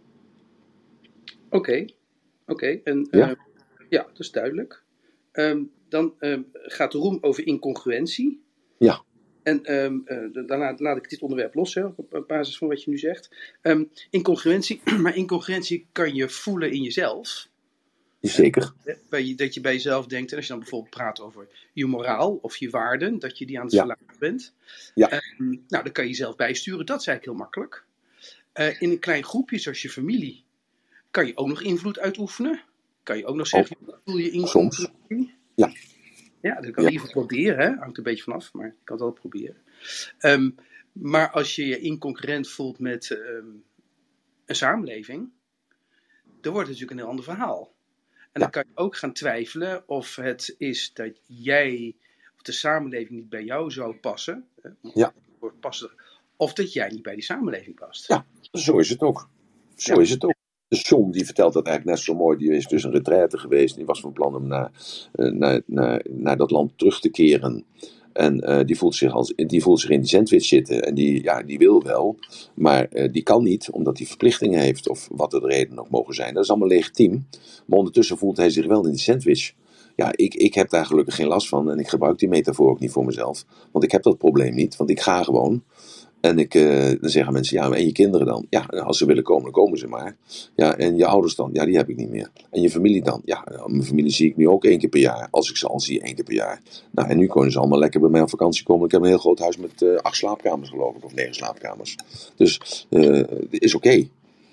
[SPEAKER 6] Oké. Okay. Oké, okay, en
[SPEAKER 2] ja?
[SPEAKER 6] Uh, ja, dat is duidelijk. Um, dan um, gaat de roem over incongruentie.
[SPEAKER 2] Ja.
[SPEAKER 6] En um, uh, dan laat, laat ik dit onderwerp los, hè, op basis van wat je nu zegt. Um, incongruentie, maar incongruentie kan je voelen in jezelf.
[SPEAKER 2] Zeker.
[SPEAKER 6] Uh, dat je bij jezelf denkt, en als je dan bijvoorbeeld praat over je moraal of je waarden, dat je die aan het
[SPEAKER 2] ja.
[SPEAKER 6] verlagen bent.
[SPEAKER 2] Ja.
[SPEAKER 6] Um, nou, dan kan je jezelf bijsturen, dat is eigenlijk heel makkelijk. Uh, in een klein groepje, zoals je familie, kan je ook nog invloed uitoefenen? Kan je ook nog zeggen, oh, voel je incongruentie?
[SPEAKER 2] Ja.
[SPEAKER 6] Ja, dat kan
[SPEAKER 2] ja.
[SPEAKER 6] je even proberen, hè? Hangt een beetje vanaf, maar ik kan het wel proberen. Um, Maar als je je inconcurrent voelt met uh, een samenleving, dan wordt het natuurlijk een heel ander verhaal. En dan kan je ook gaan twijfelen of het is dat jij, of de samenleving niet bij jou zou passen. Hè,
[SPEAKER 2] Ja.
[SPEAKER 6] passen of dat jij niet bij die samenleving past.
[SPEAKER 2] Ja, zo is het ook. Zo
[SPEAKER 6] Ja.
[SPEAKER 2] is het ook. De John die vertelt dat eigenlijk net zo mooi. Die is dus een retraite geweest. Die was van plan om naar, uh, naar, naar, naar dat land terug te keren. En uh, die, voelt zich als, die voelt zich in die sandwich zitten. En die, ja, die wil wel. Maar uh, die kan niet, omdat hij verplichtingen heeft. Of wat de redenen ook mogen zijn. Dat is allemaal legitiem. Maar ondertussen voelt hij zich wel in die sandwich. Ja, ik, ik heb daar gelukkig geen last van. En ik gebruik die metafoor ook niet voor mezelf. Want ik heb dat probleem niet. Want ik ga gewoon. En ik, uh, dan zeggen mensen, ja, en je kinderen dan? Ja, als ze willen komen, dan komen ze maar. Ja, en je ouders dan? Ja, die heb ik niet meer. En je familie dan? Ja, mijn familie zie ik nu ook één keer per jaar. Als ik ze al zie, één keer per jaar. Nou, en nu kunnen ze allemaal lekker bij mij op vakantie komen. Ik heb een heel groot huis met uh, acht slaapkamers, geloof ik. Of negen slaapkamers. Dus, uh, is oké. Okay.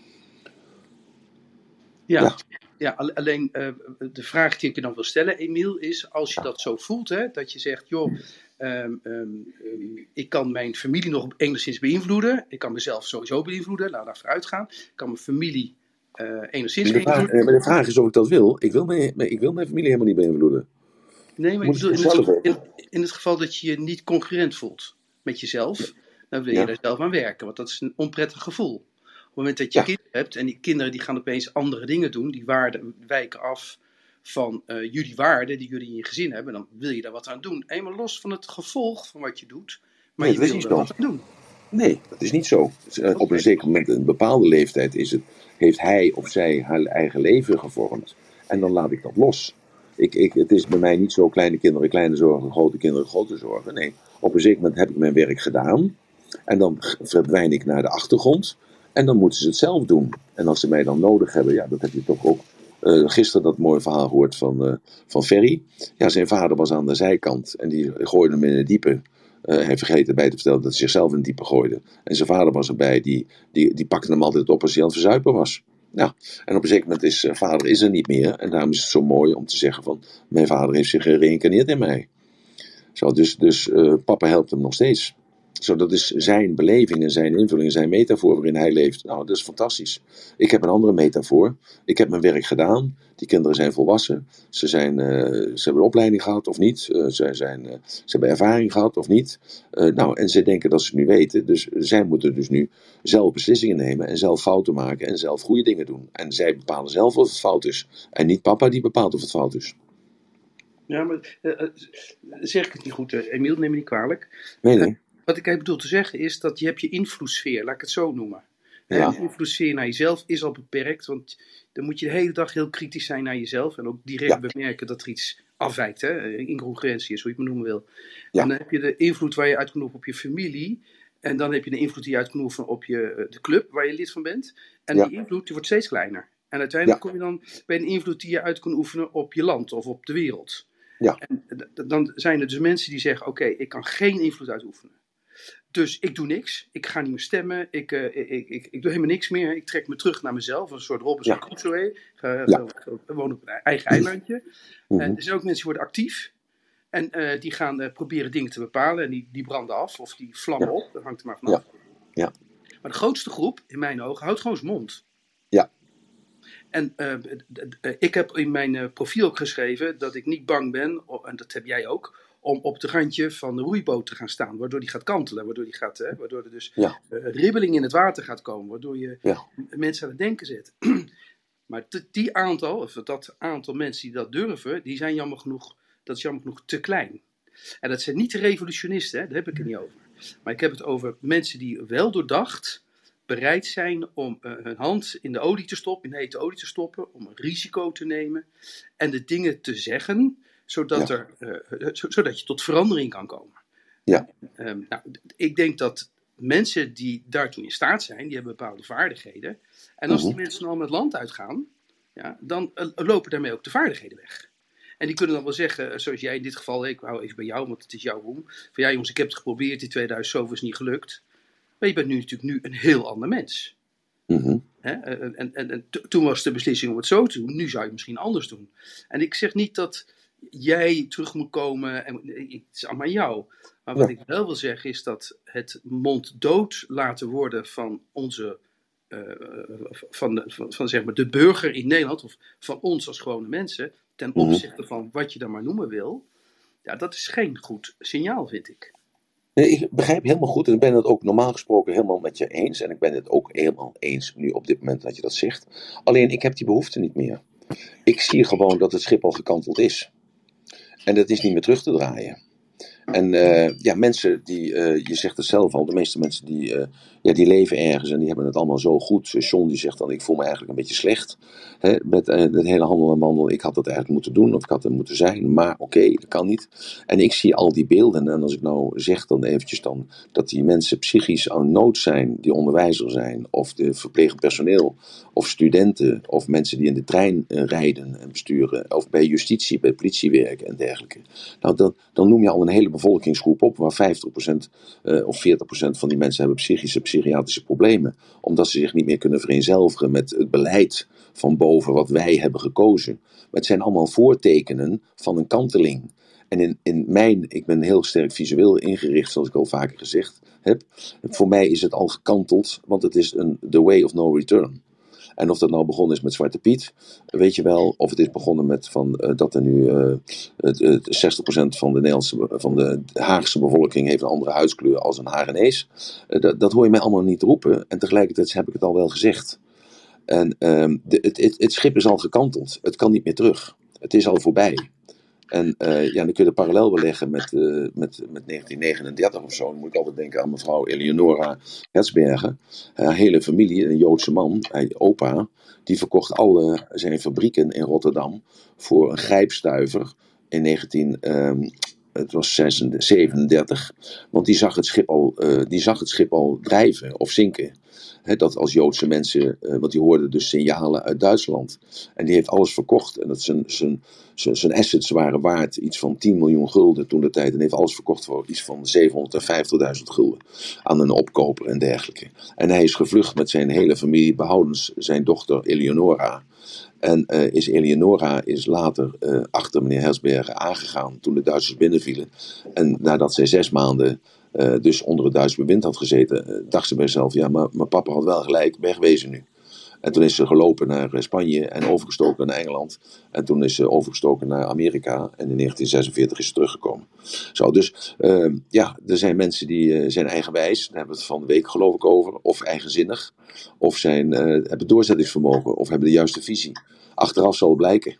[SPEAKER 6] Ja. ja. Ja, alleen uh, de vraag die ik je dan wil stellen, Emiel, is als je dat zo voelt, hè, dat je zegt, joh, um, um, um, ik kan mijn familie nog enigszins beïnvloeden, ik kan mezelf sowieso beïnvloeden, laat daar vooruit gaan, ik kan mijn familie uh, enigszins
[SPEAKER 2] maar de vraag,
[SPEAKER 6] beïnvloeden.
[SPEAKER 2] Maar de vraag is of ik dat wil. Ik wil mijn, ik wil mijn familie helemaal niet beïnvloeden.
[SPEAKER 6] Nee, maar ik bedoel, in het, in, in het geval dat je je niet concurrent voelt met jezelf, dan wil je ja. daar zelf aan werken, want dat is een onprettig gevoel. Op het moment dat je ja. kinderen hebt en die kinderen die gaan opeens andere dingen doen, die waarden wijken af van uh, jullie waarden die jullie in je gezin hebben, dan wil je daar wat aan doen. Eenmaal los van het gevolg van wat je doet, maar nee, je wil er wat aan doen.
[SPEAKER 2] Nee, dat is niet zo. Okay. Op een zeker moment, een bepaalde leeftijd, is het, heeft hij of zij haar eigen leven gevormd. En dan laat ik dat los. Ik, ik, het is bij mij niet zo kleine kinderen, kleine zorgen, grote kinderen, grote zorgen. Nee, op een zeker moment heb ik mijn werk gedaan. En dan verdwijn ik naar de achtergrond. En dan moeten ze het zelf doen. En als ze mij dan nodig hebben, ja, dat heb je toch ook uh, gisteren dat mooie verhaal gehoord van, uh, van Ferry. Ja, zijn vader was aan de zijkant en die gooide hem in het diepe. Uh, hij vergeet erbij te vertellen dat hij zichzelf in het diepe gooide. En zijn vader was erbij, die, die, die pakte hem altijd op als hij aan het verzuipen was. Ja, en op een zeker moment is uh, vader is er niet meer. En daarom is het zo mooi om te zeggen van, mijn vader heeft zich gereïncarneerd in mij. Zo, dus dus uh, papa helpt hem nog steeds. Zo, dat is zijn beleving en zijn invulling en zijn metafoor waarin hij leeft. Nou, dat is fantastisch. Ik heb een andere metafoor. Ik heb mijn werk gedaan. Die kinderen zijn volwassen. Ze, zijn, uh, ze hebben een opleiding gehad of niet. Uh, ze, zijn, uh, ze hebben ervaring gehad of niet. Uh, nou, en ze denken dat ze het nu weten. Dus zij moeten dus nu zelf beslissingen nemen en zelf fouten maken en zelf goede dingen doen. En zij bepalen zelf of het fout is. En niet papa die bepaalt of het fout is.
[SPEAKER 6] Ja, maar uh, zeg ik het niet goed, uh, Emiel, neem me niet kwalijk.
[SPEAKER 2] Nee, nee.
[SPEAKER 6] Wat ik bedoel te zeggen is dat je hebt je invloedssfeer, laat ik het zo noemen.
[SPEAKER 2] Ja.
[SPEAKER 6] De invloedssfeer naar jezelf is al beperkt, want dan moet je de hele dag heel kritisch zijn naar jezelf en ook direct ja. bemerken dat er iets afwijkt, hè? Incongruentie is, hoe je het maar noemen wil. Ja. En dan heb je de invloed waar je uit kan oefenen op je familie en dan heb je de invloed die je uit kan oefenen op je, de club waar je lid van bent. En ja. die invloed die wordt steeds kleiner. En uiteindelijk ja. kom je dan bij een invloed die je uit kan oefenen op je land of op de wereld.
[SPEAKER 2] Ja.
[SPEAKER 6] En dan zijn er dus mensen die zeggen, oké, okay, ik kan geen invloed uitoefenen. Dus ik doe niks. Ik ga niet meer stemmen. Ik, uh, ik, ik, ik doe helemaal niks meer. Ik trek me terug naar mezelf. Een soort Robinson ja. Crusoe. Ik uh, ja. woon op een eigen eilandje. Mm-hmm. En er zijn ook mensen die worden actief. En uh, die gaan uh, proberen dingen te bepalen. En die, die branden af. Of die vlammen ja. op. Dat hangt er maar vanaf.
[SPEAKER 2] Ja. Ja.
[SPEAKER 6] Maar de grootste groep, in mijn ogen, houdt gewoon zijn mond.
[SPEAKER 2] Ja.
[SPEAKER 6] En uh, d- d- d- ik heb in mijn uh, profiel ook geschreven dat ik niet bang ben. En dat heb jij ook. Om op de randje van de roeiboot te gaan staan. Waardoor die gaat kantelen. Waardoor, die gaat, hè, waardoor er dus ja. uh, ribbeling in het water gaat komen. Waardoor je ja. mensen aan het denken zet. Maar t- die aantal, of dat aantal mensen die dat durven. Die zijn jammer genoeg, dat is jammer genoeg te klein. En dat zijn niet de revolutionisten. Hè, daar heb ik het niet over. Maar ik heb het over mensen die wel doordacht bereid zijn om uh, hun hand in de olie te stoppen. In de hete olie te stoppen. Om een risico te nemen. En de dingen te zeggen zodat, ja. er, uh, zodat je tot verandering kan komen.
[SPEAKER 2] Ja.
[SPEAKER 6] Um, nou, ik denk dat mensen die daartoe in staat zijn, die hebben bepaalde vaardigheden. En als uh-huh. die mensen al met land uitgaan, ja, dan uh, lopen daarmee ook de vaardigheden weg. En die kunnen dan wel zeggen, zoals jij in dit geval, ik hou even bij jou, want het is jouw roem. Van ja jongens, ik heb het geprobeerd, in tweeduizend zoveel is niet gelukt. Maar je bent nu natuurlijk nu een heel ander mens.
[SPEAKER 2] Uh-huh.
[SPEAKER 6] He, en, en, en to, toen was de beslissing om het zo te doen, nu zou je het misschien anders doen. En ik zeg niet dat jij terug moet komen. En, het is allemaal jou. Maar wat
[SPEAKER 2] Ja.
[SPEAKER 6] ik wel wil zeggen is dat het monddood laten worden van onze... Uh, van, de, van, van zeg maar de burger in Nederland, of van ons als gewone mensen, ten
[SPEAKER 2] Mhm.
[SPEAKER 6] opzichte van wat je dan maar noemen wil, ja, dat is geen goed signaal, vind ik.
[SPEAKER 2] Nee, ik begrijp helemaal goed en ik ben het ook normaal gesproken helemaal met je eens. En ik ben het ook helemaal eens nu op dit moment dat je dat zegt. Alleen ik heb die behoefte niet meer. Ik zie gewoon dat het schip al gekanteld is. En dat is niet meer terug te draaien. En uh, ja, mensen die, uh, je zegt het zelf al, de meeste mensen die, uh, ja, die leven ergens en die hebben het allemaal zo goed. John die zegt dan, ik voel me eigenlijk een beetje slecht. Hè, met uh, het hele handel en wandel, ik had dat eigenlijk moeten doen of ik had het moeten zijn. Maar oké, okay, dat kan niet. En ik zie al die beelden en als ik nou zeg dan eventjes dan, dat die mensen psychisch aan nood zijn, die onderwijzer zijn, of de verplegend personeel, of studenten, of mensen die in de trein uh, rijden en besturen, of bij justitie, bij politie werken en dergelijke. Nou, dan, dan noem je al een hele bevolkingsgroep op waar vijftig procent uh, of veertig procent van die mensen hebben psychische, psychiatrische problemen. Omdat ze zich niet meer kunnen vereenzelvigen met het beleid van boven wat wij hebben gekozen. Maar het zijn allemaal voortekenen van een kanteling. En in, in mijn, ik ben heel sterk visueel ingericht, zoals ik al vaker gezegd heb. Voor mij is het al gekanteld, want het is een the way of no return. En of dat nou begonnen is met Zwarte Piet, weet je wel. Of het is begonnen met van, uh, dat er nu uh, het, het zestig procent van de, Nederlandse, van de Haagse bevolking heeft een andere huidskleur als een Hagenees. Uh, dat, dat hoor je mij allemaal niet roepen. En tegelijkertijd heb ik het al wel gezegd. En um, de, het, het, het schip is al gekanteld. Het kan niet meer terug. Het is al voorbij. En uh, ja, dan kun je de parallel beleggen met, uh, met, met negentien negenendertig of zo. Dan moet ik altijd denken aan mevrouw Eleonora Hertzberger. Haar hele familie, een Joodse man, hij, opa, die verkocht alle zijn fabrieken in Rotterdam voor een grijpstuiver in negentien zevenendertig. Want die zag het schip al, uh, die zag het schip al drijven of zinken. He, dat als Joodse mensen, uh, want die hoorden dus signalen uit Duitsland. En die heeft alles verkocht. En dat zijn, zijn, zijn, zijn assets waren waard iets van tien miljoen gulden toen de tijd. En heeft alles verkocht voor iets van zevenhonderdvijftigduizend gulden aan een opkoper en dergelijke. En hij is gevlucht met zijn hele familie, behoudens zijn dochter Eleonora. En uh, is Eleonora is later uh, achter meneer Hertzberger aangegaan toen de Duitsers binnenvielen. En nadat zij zes maanden uh, dus onder het Duitse bewind had gezeten, uh, dacht ze bij zichzelf, ja, maar mijn papa had wel gelijk, wegwezen nu. En toen is ze gelopen naar Spanje en overgestoken naar Engeland. En toen is ze overgestoken naar Amerika. En in negentien zesenveertig is ze teruggekomen. Zo, dus uh, ja, er zijn mensen die uh, zijn eigenwijs. Daar hebben we het van de week geloof ik over. Of eigenzinnig. Of zijn, uh, hebben doorzettingsvermogen. Of hebben de juiste visie. Achteraf zal het blijken.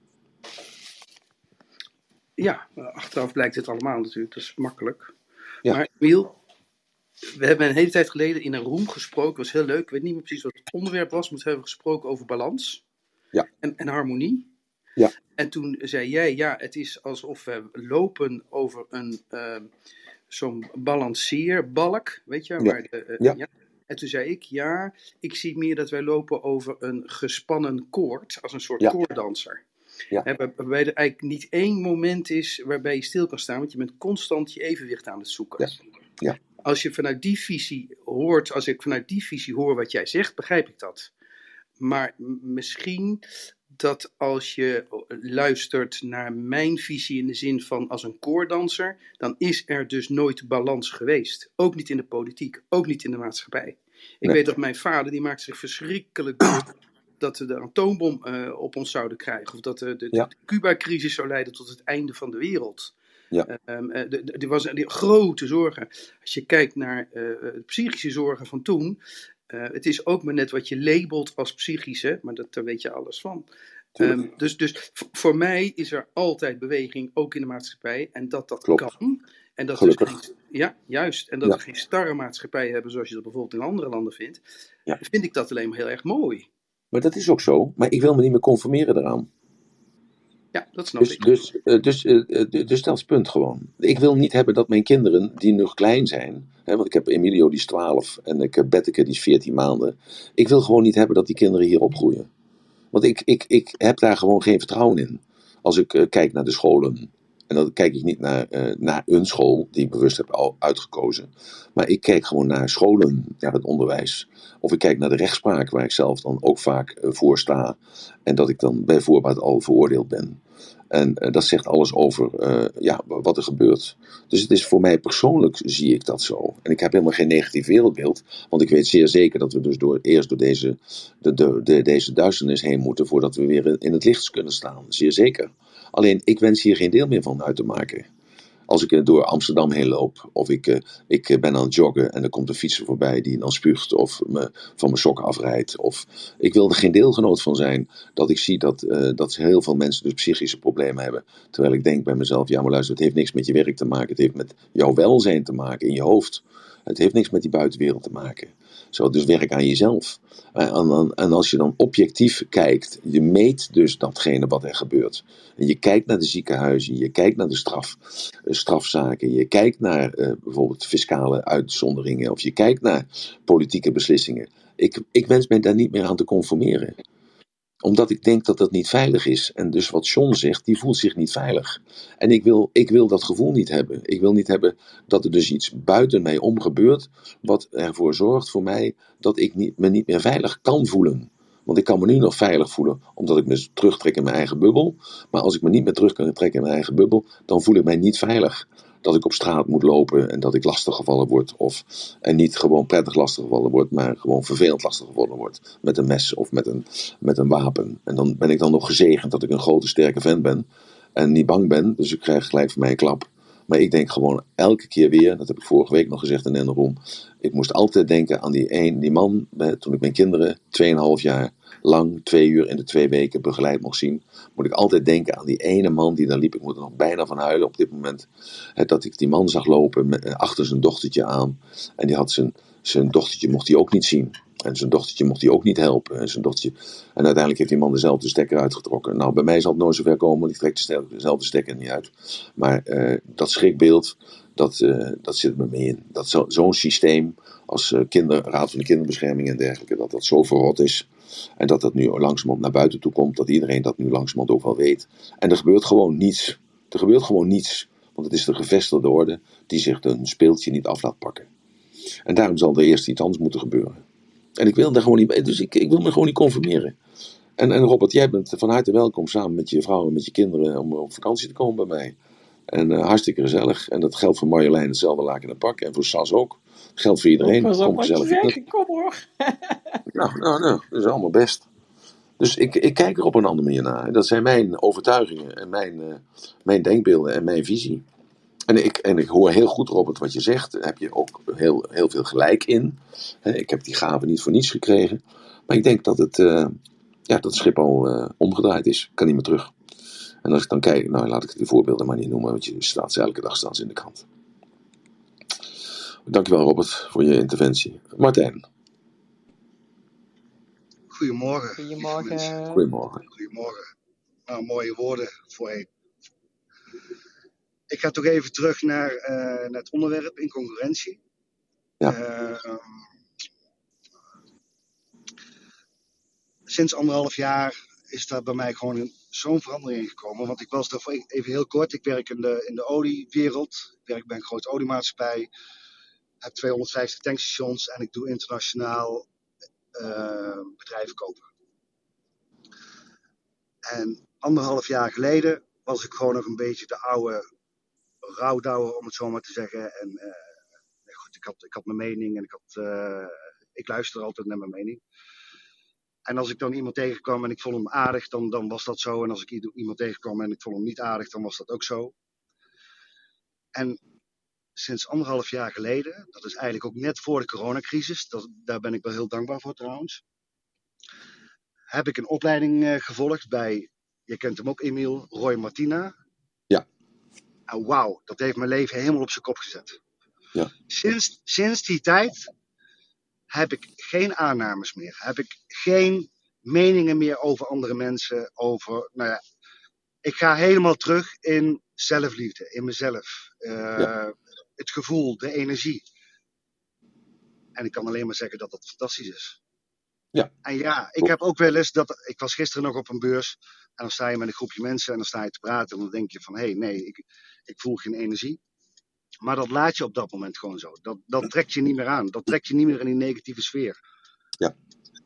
[SPEAKER 6] Ja, achteraf blijkt het allemaal natuurlijk. Dat is makkelijk.
[SPEAKER 2] Ja.
[SPEAKER 6] Maar Miel, we hebben een hele tijd geleden in een room gesproken. Het was heel leuk. Ik weet niet meer precies wat het onderwerp was. Maar we hebben gesproken over balans.
[SPEAKER 2] Ja.
[SPEAKER 6] En, en harmonie.
[SPEAKER 2] Ja.
[SPEAKER 6] En toen zei jij, ja, het is alsof we lopen over een uh, zo'n balanceerbalk. Weet je?
[SPEAKER 2] Ja.
[SPEAKER 6] Waar de, uh,
[SPEAKER 2] Ja.
[SPEAKER 6] ja. En toen zei ik, ja, ik zie meer dat wij lopen over een gespannen koord. Als een soort
[SPEAKER 2] Ja.
[SPEAKER 6] koorddanser.
[SPEAKER 2] Ja.
[SPEAKER 6] Hè, waarbij er eigenlijk niet één moment is waarbij je stil kan staan. Want je bent constant je evenwicht aan het zoeken.
[SPEAKER 2] Ja. Ja.
[SPEAKER 6] Als je vanuit die visie hoort, als ik vanuit die visie hoor wat jij zegt, begrijp ik dat. Maar m- misschien dat als je luistert naar mijn visie in de zin van als een koorddanser, dan is er dus nooit balans geweest. Ook niet in de politiek, ook niet in de maatschappij. Ik
[SPEAKER 2] Nee.
[SPEAKER 6] weet dat mijn vader, die maakt zich verschrikkelijk druk dat we de atoombom uh, op ons zouden krijgen. Of dat de, de,
[SPEAKER 2] Ja.
[SPEAKER 6] de Cuba-crisis zou leiden tot het einde van de wereld.
[SPEAKER 2] Ja.
[SPEAKER 6] Um, uh, de, de, er was die grote zorgen. Als je kijkt naar uh, de psychische zorgen van toen. Uh, het is ook maar net wat je labelt als psychische. Maar dat, daar weet je alles van. Um, dus dus v- voor mij is er altijd beweging, ook in de maatschappij. En dat dat
[SPEAKER 2] Klopt.
[SPEAKER 6] kan. En dat
[SPEAKER 2] Gelukkig.
[SPEAKER 6] Dus geen, ja, juist. En dat
[SPEAKER 2] Ja.
[SPEAKER 6] we geen starre maatschappij hebben zoals je dat bijvoorbeeld in andere landen vindt.
[SPEAKER 2] Ja.
[SPEAKER 6] Vind ik dat alleen maar heel erg mooi.
[SPEAKER 2] Maar dat is ook zo. Maar ik wil me niet meer conformeren daaraan.
[SPEAKER 6] Ja, dat snap
[SPEAKER 2] Dus,
[SPEAKER 6] ik.
[SPEAKER 2] dus, uh, dus, uh, uh, dus dat is het punt gewoon. Ik wil niet hebben dat mijn kinderen, die nog klein zijn, hè, want ik heb Emilio die is twaalf en ik heb Betteke die is veertien maanden. Ik wil gewoon niet hebben dat die kinderen hier opgroeien. Want ik, ik, ik heb daar gewoon geen vertrouwen in. Als ik uh, kijk naar de scholen En dan kijk ik niet naar, uh, naar een school die ik bewust heb al uitgekozen. Maar ik kijk gewoon naar scholen, naar het onderwijs. Of ik kijk naar de rechtspraak waar ik zelf dan ook vaak uh, voor sta. En dat ik dan bij voorbaat al veroordeeld ben. En uh, dat zegt alles over uh, ja, wat er gebeurt. Dus het is voor mij persoonlijk zie ik dat zo. En ik heb helemaal geen negatief wereldbeeld. Want ik weet zeer zeker dat we dus door, eerst door deze, de, de, de, deze duisternis heen moeten. Voordat we weer in het licht kunnen staan. Zeer zeker. Alleen ik wens hier geen deel meer van uit te maken. Als ik door Amsterdam heen loop. Of ik, uh, ik ben aan het joggen. En er komt een fietser voorbij die dan spuugt. Of me van mijn sokken afrijdt. Of ik wil er geen deelgenoot van zijn. Dat ik zie dat, uh, dat heel veel mensen dus psychische problemen hebben. Terwijl ik denk bij mezelf. Ja maar luister, het heeft niks met je werk te maken. Het heeft met jouw welzijn te maken in je hoofd. Het heeft niks met die buitenwereld te maken. Zo, dus werk aan jezelf. En, en, en als je dan objectief kijkt. Je meet dus datgene wat er gebeurt. En je kijkt naar de ziekenhuizen. Je kijkt naar de straf, strafzaken. Je kijkt naar uh, bijvoorbeeld fiscale uitzonderingen. Of je kijkt naar politieke beslissingen. Ik, ik wens mij daar niet meer aan te conformeren. Omdat ik denk dat dat niet veilig is. En dus wat John zegt, die voelt zich niet veilig. En ik wil, ik wil dat gevoel niet hebben. Ik wil niet hebben dat er dus iets buiten mij om gebeurt. Wat ervoor zorgt voor mij dat ik niet, me niet meer veilig kan voelen. Want ik kan me nu nog veilig voelen, omdat ik me terugtrek in mijn eigen bubbel. Maar als ik me niet meer terug kan trekken in mijn eigen bubbel, dan voel ik mij niet veilig. Dat ik op straat moet lopen en dat ik lastiggevallen word. Of, en niet gewoon prettig lastiggevallen word, maar gewoon vervelend lastiggevallen word. Met een mes of met een, met een wapen. En dan ben ik dan nog gezegend dat ik een grote sterke vent ben. En niet bang ben, dus ik krijg gelijk van mij een klap. Maar ik denk gewoon elke keer weer, dat heb ik vorige week nog gezegd in de room. Ik moest altijd denken aan die, een, die man, toen ik mijn kinderen tweeënhalf jaar lang, twee uur in de twee weken begeleid mocht zien. Moet ik altijd denken aan die ene man die daar liep. Ik moet er nog bijna van huilen op dit moment. He, dat ik die man zag lopen met, achter zijn dochtertje aan. En die had zijn, zijn dochtertje mocht hij ook niet zien. En zijn dochtertje mocht hij ook niet helpen. En, zijn dochtertje... en uiteindelijk heeft die man dezelfde stekker uitgetrokken. Nou, bij mij zal het nooit zover komen, want ik trek dezelfde stekker niet uit. Maar uh, dat schrikbeeld, dat, uh, dat zit me mee in. Dat zo, zo'n systeem als uh, kinder, Raad van de Kinderbescherming en dergelijke, dat dat zo verrot is. En dat dat nu langzamerhand naar buiten toe komt. Dat iedereen dat nu langzamerhand ook wel weet. En er gebeurt gewoon niets. Er gebeurt gewoon niets. Want het is de gevestigde orde die zich een speeltje niet af laat pakken. En daarom zal er eerst iets anders moeten gebeuren. En ik wil daar gewoon niet bij. Dus ik, ik wil me gewoon niet conformeren. En, en Robert, jij bent van harte welkom samen met je vrouw en met je kinderen om op vakantie te komen bij mij. En uh, hartstikke gezellig. En dat geldt voor Marjolein hetzelfde laken en pak. En voor Sas ook. Dat geldt voor iedereen.
[SPEAKER 1] Pas op
[SPEAKER 2] Kom
[SPEAKER 1] wat je
[SPEAKER 2] gezellig.
[SPEAKER 1] zegt, kom hoor.
[SPEAKER 2] Nou, nou, nou. Dat is allemaal best. Dus ik, ik kijk er op een andere manier naar. Dat zijn mijn overtuigingen en mijn, uh, mijn denkbeelden en mijn visie. En ik, en ik hoor heel goed, Robert, wat je zegt. Daar heb je ook heel, heel veel gelijk in. He, ik heb die gave niet voor niets gekregen. Maar ik denk dat het, uh, ja, dat het schip al uh, omgedraaid is. Ik kan niet meer terug. En als ik dan kijk, nou laat ik die voorbeelden maar niet noemen. Want je staat ze elke dag staan ze in de krant. Dankjewel, Robert, voor je interventie. Martijn.
[SPEAKER 7] Goedemorgen.
[SPEAKER 1] Goedemorgen.
[SPEAKER 2] Goedemorgen.
[SPEAKER 7] Goedemorgen. Nou, mooie woorden voorheen. Ik ga toch even terug naar, uh, naar het onderwerp incongruentie.
[SPEAKER 2] Ja.
[SPEAKER 7] Uh, sinds anderhalf jaar is daar bij mij gewoon een, zo'n verandering in gekomen. Want ik was daarvoor even heel kort. Ik werk in de, in de oliewereld. Ik werk bij een grote oliemaatschappij. Heb tweehonderdvijftig tankstations en ik doe internationaal uh, bedrijven kopen. En anderhalf jaar geleden was ik gewoon nog een beetje de oude rouwdouwer, om het zo maar te zeggen. En uh, goed, ik had, ik had mijn mening en ik, had, uh, ik luister altijd naar mijn mening. En als ik dan iemand tegenkwam en ik vond hem aardig, dan, dan was dat zo. En als ik iemand tegenkwam en ik vond hem niet aardig, dan was dat ook zo. En sinds anderhalf jaar geleden, dat is eigenlijk ook net voor de coronacrisis, dat, daar ben ik wel heel dankbaar voor trouwens, heb ik een opleiding uh, gevolgd bij, je kent hem ook Emiel, Roy Martina.
[SPEAKER 2] Ja.
[SPEAKER 7] En wauw, dat heeft mijn leven helemaal op zijn kop gezet.
[SPEAKER 2] Ja.
[SPEAKER 7] Sinds, sinds die tijd heb ik geen aannames meer. Heb ik geen meningen meer over andere mensen. Over, nou ja, ik ga helemaal terug in zelfliefde, in mezelf. Uh, ja. Het gevoel, de energie. En ik kan alleen maar zeggen dat dat fantastisch is.
[SPEAKER 2] Ja.
[SPEAKER 7] En ja, ik heb ook wel eens dat. Ik was gisteren nog op een beurs. En dan sta je met een groepje mensen en dan sta je te praten. En dan denk je van, hé, hey, nee, ik, ik voel geen energie. Maar dat laat je op dat moment gewoon zo. Dat, dat trekt je niet meer aan. Dat trekt je niet meer in die negatieve sfeer.
[SPEAKER 2] Ja.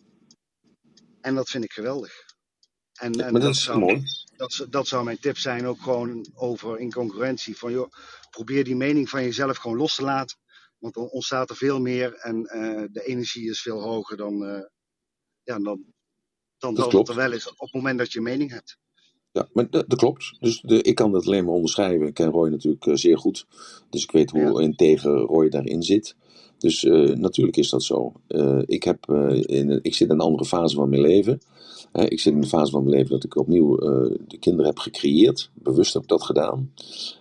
[SPEAKER 7] En dat vind ik geweldig. En,
[SPEAKER 2] Ja,
[SPEAKER 7] en
[SPEAKER 2] maar dat
[SPEAKER 7] dat,
[SPEAKER 2] is
[SPEAKER 7] zou,
[SPEAKER 2] mooi.
[SPEAKER 7] dat, dat zou mijn tip zijn ook gewoon over incongruentie. Van joh, probeer die mening van jezelf gewoon los te laten. Want dan ontstaat er veel meer en uh, de energie is veel hoger dan, uh, ja, dan, dan
[SPEAKER 2] Dat
[SPEAKER 7] dat
[SPEAKER 2] klopt.
[SPEAKER 7] het er wel is op het moment dat je een mening hebt.
[SPEAKER 2] Ja, maar dat, dat klopt. Dus de, ik kan dat alleen maar onderschrijven. Ik ken Roy natuurlijk uh, zeer goed. Dus ik weet hoe
[SPEAKER 7] Ja.
[SPEAKER 2] integer Roy daarin zit. Dus uh, natuurlijk is dat zo. Uh, ik, heb, uh, in, ik zit in een andere fase van mijn leven. Uh, ik zit in de fase van mijn leven dat ik opnieuw uh, de kinderen heb gecreëerd. Bewust heb ik dat gedaan.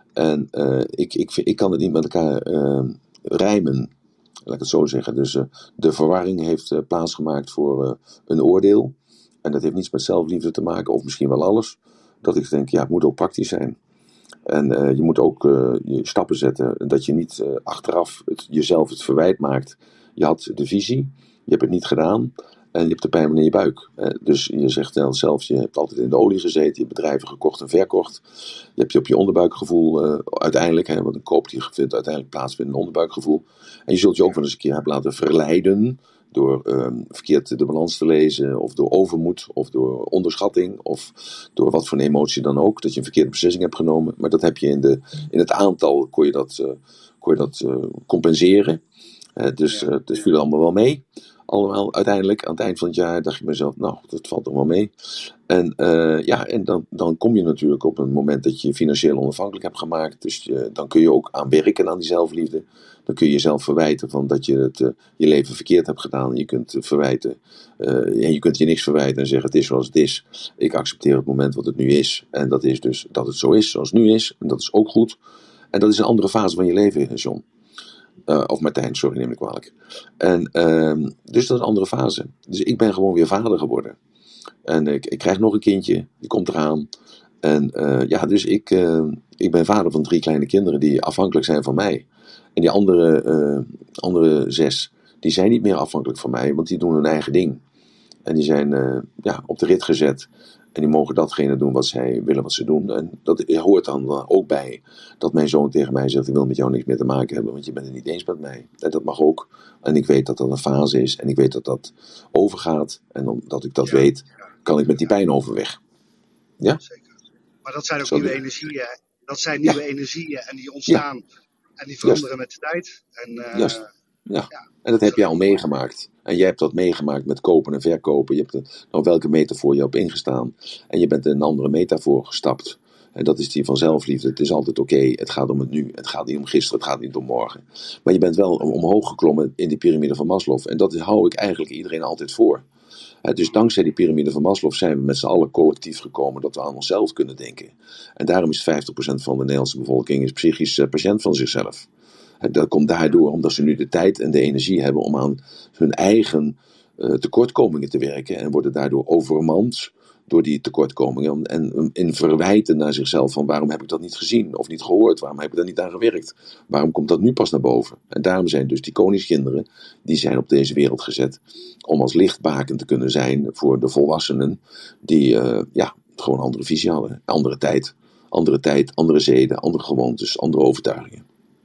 [SPEAKER 2] En uh, ik, ik, ik kan het niet met elkaar uh, rijmen. Laat ik het zo zeggen. Dus uh, de verwarring heeft uh, plaatsgemaakt voor uh, een oordeel. En dat heeft niets met zelfliefde te maken. Of misschien wel alles. Dat ik denk, ja, het moet ook praktisch zijn. En uh, je moet ook uh, je stappen zetten. Dat je niet uh, achteraf het, jezelf het verwijt maakt. Je had de visie, je hebt het niet gedaan. En je hebt de pijn in je buik. Uh, dus je zegt uh, zelf, je hebt altijd in de olie gezeten. Je hebt bedrijven gekocht en verkocht. Je hebt je op je onderbuikgevoel uh, uiteindelijk. Hè, want een koop die vindt uiteindelijk plaats met een onderbuikgevoel. En je zult je ook wel eens een keer hebben laten verleiden. Door um, verkeerd de balans te lezen, of door overmoed, of door onderschatting, of door wat voor een emotie dan ook, dat je een verkeerde beslissing hebt genomen. Maar dat heb je in, de, in het aantal, kon je dat, uh, kon je dat uh, compenseren. Uh, dus uh, het viel allemaal wel mee. Allemaal uiteindelijk, aan het eind van het jaar, dacht ik mezelf, nou, dat valt toch wel mee. En, uh, ja, en dan, dan kom je natuurlijk op een moment dat je financieel onafhankelijk hebt gemaakt. Dus je, dan kun je ook aan werken aan die zelfliefde. Dan kun je jezelf verwijten van dat je het, uh, je leven verkeerd hebt gedaan. Je kunt verwijten, uh, en je kunt je niks verwijten en zeggen het is zoals het is. Ik accepteer het moment wat het nu is. En dat is dus dat het zo is zoals het nu is. En dat is ook goed. En dat is een andere fase van je leven, John. Uh, of Martijn, sorry, neem ik kwalijk. En, uh, dus dat is een andere fase. Dus ik ben gewoon weer vader geworden. En ik, ik krijg nog een kindje, die komt eraan. En uh, ja, dus ik, uh, ik ben vader van drie kleine kinderen die afhankelijk zijn van mij. En die andere, uh, andere zes, die zijn niet meer afhankelijk van mij, want die doen hun eigen ding. En die zijn uh, ja, op de rit gezet. En die mogen datgene doen wat zij willen wat ze doen. En dat hoort dan ook bij dat mijn zoon tegen mij zegt, ik wil met jou niks meer te maken hebben, want je bent het niet eens met mij. En dat mag ook. En ik weet dat dat een fase is. En ik weet dat dat overgaat. En omdat ik dat
[SPEAKER 7] Ja.
[SPEAKER 2] weet, kan ik met die pijn overweg. Ja?
[SPEAKER 7] Zeker. Maar dat zijn ook
[SPEAKER 2] Zo
[SPEAKER 7] nieuwe
[SPEAKER 2] doen.
[SPEAKER 7] energieën. Dat zijn nieuwe
[SPEAKER 2] Ja.
[SPEAKER 7] energieën en die ontstaan
[SPEAKER 2] Ja.
[SPEAKER 7] en die veranderen met de tijd. En, uh,
[SPEAKER 2] Juist. Ja.
[SPEAKER 7] ja,
[SPEAKER 2] En dat heb
[SPEAKER 7] is
[SPEAKER 2] jij al
[SPEAKER 7] alleen maar mooi.
[SPEAKER 2] meegemaakt. En jij hebt dat meegemaakt met kopen en verkopen. Je hebt er nou welke metafoor je hebt ingestaan. En je bent in een andere metafoor gestapt. En dat is die van zelfliefde. Het is altijd oké. Okay. Het gaat om het nu. Het gaat niet om gisteren. Het gaat niet om morgen. Maar je bent wel omhoog geklommen in die piramide van Maslow. En dat hou ik eigenlijk iedereen altijd voor. Dus dankzij die piramide van Maslow zijn we met z'n allen collectief gekomen dat we aan onszelf kunnen denken. En daarom is vijftig procent van de Nederlandse bevolking is psychisch patiënt van zichzelf. Dat komt daardoor omdat ze nu de tijd en de energie hebben om aan hun eigen uh, tekortkomingen te werken. En worden daardoor overmand door die tekortkomingen. En in verwijten naar zichzelf van waarom heb ik dat niet gezien of niet gehoord? Waarom heb ik daar niet aan gewerkt? Waarom komt dat nu pas naar boven? En daarom zijn dus die koningskinderen, die zijn op deze wereld gezet om als lichtbaken te kunnen zijn voor de volwassenen die uh, ja, gewoon een andere visie hadden. Andere tijd, andere tijd, andere zeden, andere gewoontes, andere overtuigingen.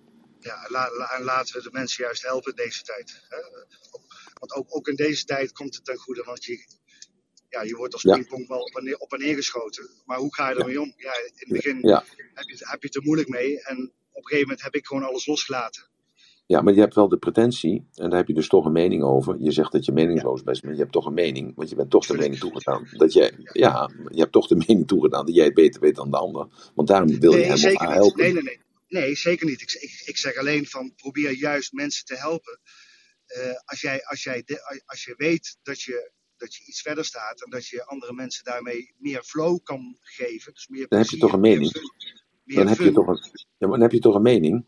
[SPEAKER 7] Ja, la, la, laten we de mensen juist helpen in deze tijd. Hè? Want ook, ook in deze tijd komt het ten goede, want je, ja, je wordt als
[SPEAKER 2] Ja.
[SPEAKER 7] pingpongbal op en, neer, op en neer geschoten. Maar hoe ga je ermee om? Ja, in het begin
[SPEAKER 2] Ja.
[SPEAKER 7] heb, je, heb je het er moeilijk mee en op een gegeven moment heb ik gewoon alles losgelaten.
[SPEAKER 2] Ja, maar je hebt wel de pretentie, en daar heb je dus toch een mening over. Je zegt dat je meningsloos bent, maar je hebt toch een mening, want je bent toch de mening toegedaan. Dat jij, ja, je hebt toch de mening toegedaan dat jij het beter weet dan de ander. Want daarom wil je
[SPEAKER 7] Nee,
[SPEAKER 2] hem of
[SPEAKER 7] zeker
[SPEAKER 2] haar
[SPEAKER 7] niet.
[SPEAKER 2] helpen.
[SPEAKER 7] Nee, nee, nee. Nee, zeker niet. Ik, ik, ik zeg alleen van probeer juist mensen te helpen. Uh, als, jij, als, jij de, als je weet dat je, dat je iets verder staat en dat je andere mensen daarmee meer flow kan geven, dus meer
[SPEAKER 2] Dan heb je toch
[SPEAKER 7] plezier,
[SPEAKER 2] een
[SPEAKER 7] meer
[SPEAKER 2] mening.
[SPEAKER 7] fun, meer
[SPEAKER 2] Dan heb je
[SPEAKER 7] fun.
[SPEAKER 2] toch een, ja, maar dan heb je toch een mening.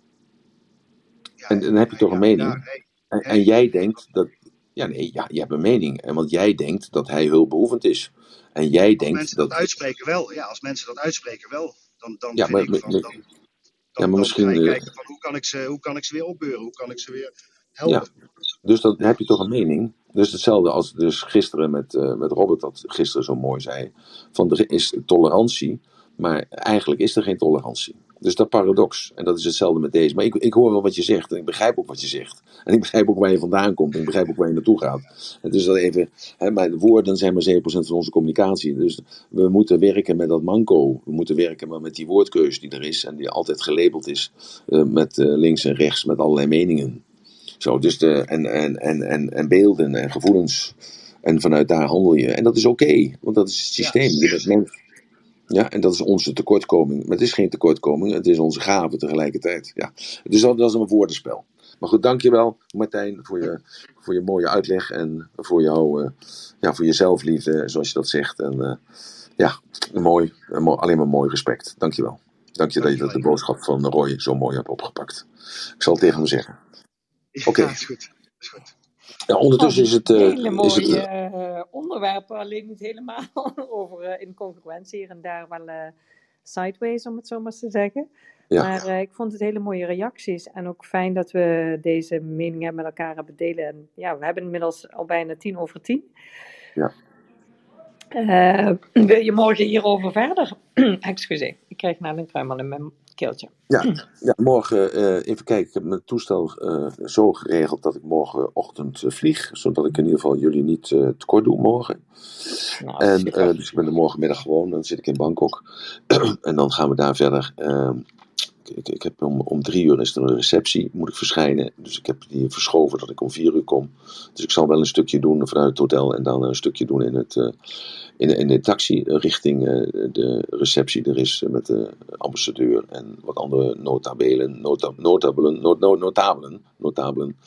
[SPEAKER 7] Ja,
[SPEAKER 2] En dan heb je toch een
[SPEAKER 7] ja,
[SPEAKER 2] mening.
[SPEAKER 7] ja, nee,
[SPEAKER 2] En,
[SPEAKER 7] nee.
[SPEAKER 2] en jij denkt dat. Ja, nee, ja, je hebt een mening. En want jij denkt dat hij hulpbehoevend is. En jij
[SPEAKER 7] Als
[SPEAKER 2] denkt
[SPEAKER 7] mensen dat
[SPEAKER 2] dat.
[SPEAKER 7] uitspreken wel, ja, als mensen dat uitspreken wel, dan, dan
[SPEAKER 2] Ja,
[SPEAKER 7] vind
[SPEAKER 2] maar,
[SPEAKER 7] ik van,
[SPEAKER 2] maar-
[SPEAKER 7] dan,
[SPEAKER 2] ja,
[SPEAKER 7] dan,
[SPEAKER 2] maar
[SPEAKER 7] dan ga
[SPEAKER 2] misschien.
[SPEAKER 7] je
[SPEAKER 2] eh,
[SPEAKER 7] kijken van hoe kan ik ze, hoe kan ik ze weer opbeuren, hoe kan ik ze weer
[SPEAKER 2] Ja,
[SPEAKER 7] helpen.
[SPEAKER 2] dus dan
[SPEAKER 7] Ja,
[SPEAKER 2] heb je toch een mening. Dus hetzelfde als dus gisteren met, uh, met Robert dat gisteren zo mooi zei. Van er is tolerantie, maar eigenlijk is er geen tolerantie. Dus dat paradox. En dat is hetzelfde met deze. Maar ik, ik hoor wel wat je zegt. En ik begrijp ook wat je zegt. En ik begrijp ook waar je vandaan komt. En ik begrijp ook waar je naartoe gaat. En dus dat even. Hè, maar de woorden zijn maar zeven procent van onze communicatie. Dus we moeten werken met dat manco. We moeten werken maar met die woordkeus die er is. En die altijd gelabeld is. Uh, met uh, links en rechts. Met allerlei meningen. Zo, dus de, en, en, en, en, en beelden en gevoelens. En vanuit daar handel je. En dat is oké. Okay, want dat is het systeem. Ja, je bent mens. Ja, en dat is onze tekortkoming. Maar het is geen tekortkoming, het is onze gave tegelijkertijd. Ja. Dus dat, dat is een woordenspel. Maar goed, dankjewel Martijn voor je, voor je mooie uitleg en voor, jou, uh, ja, voor je zelfliefde, zoals je dat zegt. En uh, ja, een mooi, een mooi, alleen maar mooi respect. Dankjewel. Dank je dat je dat de boodschap van Roy zo mooi hebt opgepakt. Ik zal het tegen hem zeggen. Oké. Okay.
[SPEAKER 7] Ja, is goed. Is goed.
[SPEAKER 2] Ja, ondertussen is het... Uh,
[SPEAKER 1] hele mooie
[SPEAKER 2] is het, uh,
[SPEAKER 1] uh, onderwerpen, alleen niet helemaal over uh, incongruentie hier en daar wel uh, sideways, om het zo maar te zeggen. Ja. Maar uh, ik vond het hele mooie reacties en ook fijn dat we deze meningen met elkaar hebben delen. En ja, we hebben inmiddels al bijna tien over tien.
[SPEAKER 2] Ja.
[SPEAKER 1] Uh, wil je morgen hierover verder? Excuseer, ik krijg nou een kruimel in mijn keeltje.
[SPEAKER 2] Ja, ja morgen, uh, even kijken, ik heb mijn toestel uh, zo geregeld dat ik morgenochtend uh, vlieg, zodat ik in ieder geval jullie niet uh, tekort doe morgen. Nou, en, uh, dus ik ben er morgenmiddag gewoon, dan zit ik in Bangkok. En dan gaan we daar verder. Uh, ik, ik heb om, om drie uur is er een receptie, moet ik verschijnen. Dus ik heb die verschoven dat ik om vier uur kom. Dus ik zal wel een stukje doen vanuit het hotel en dan een stukje doen in het... Uh, In de, in de taxi richting uh, de receptie. Er is uh, met de ambassadeur en wat andere notabelen, nota, notabelen, not, not, notabelen, notabelen.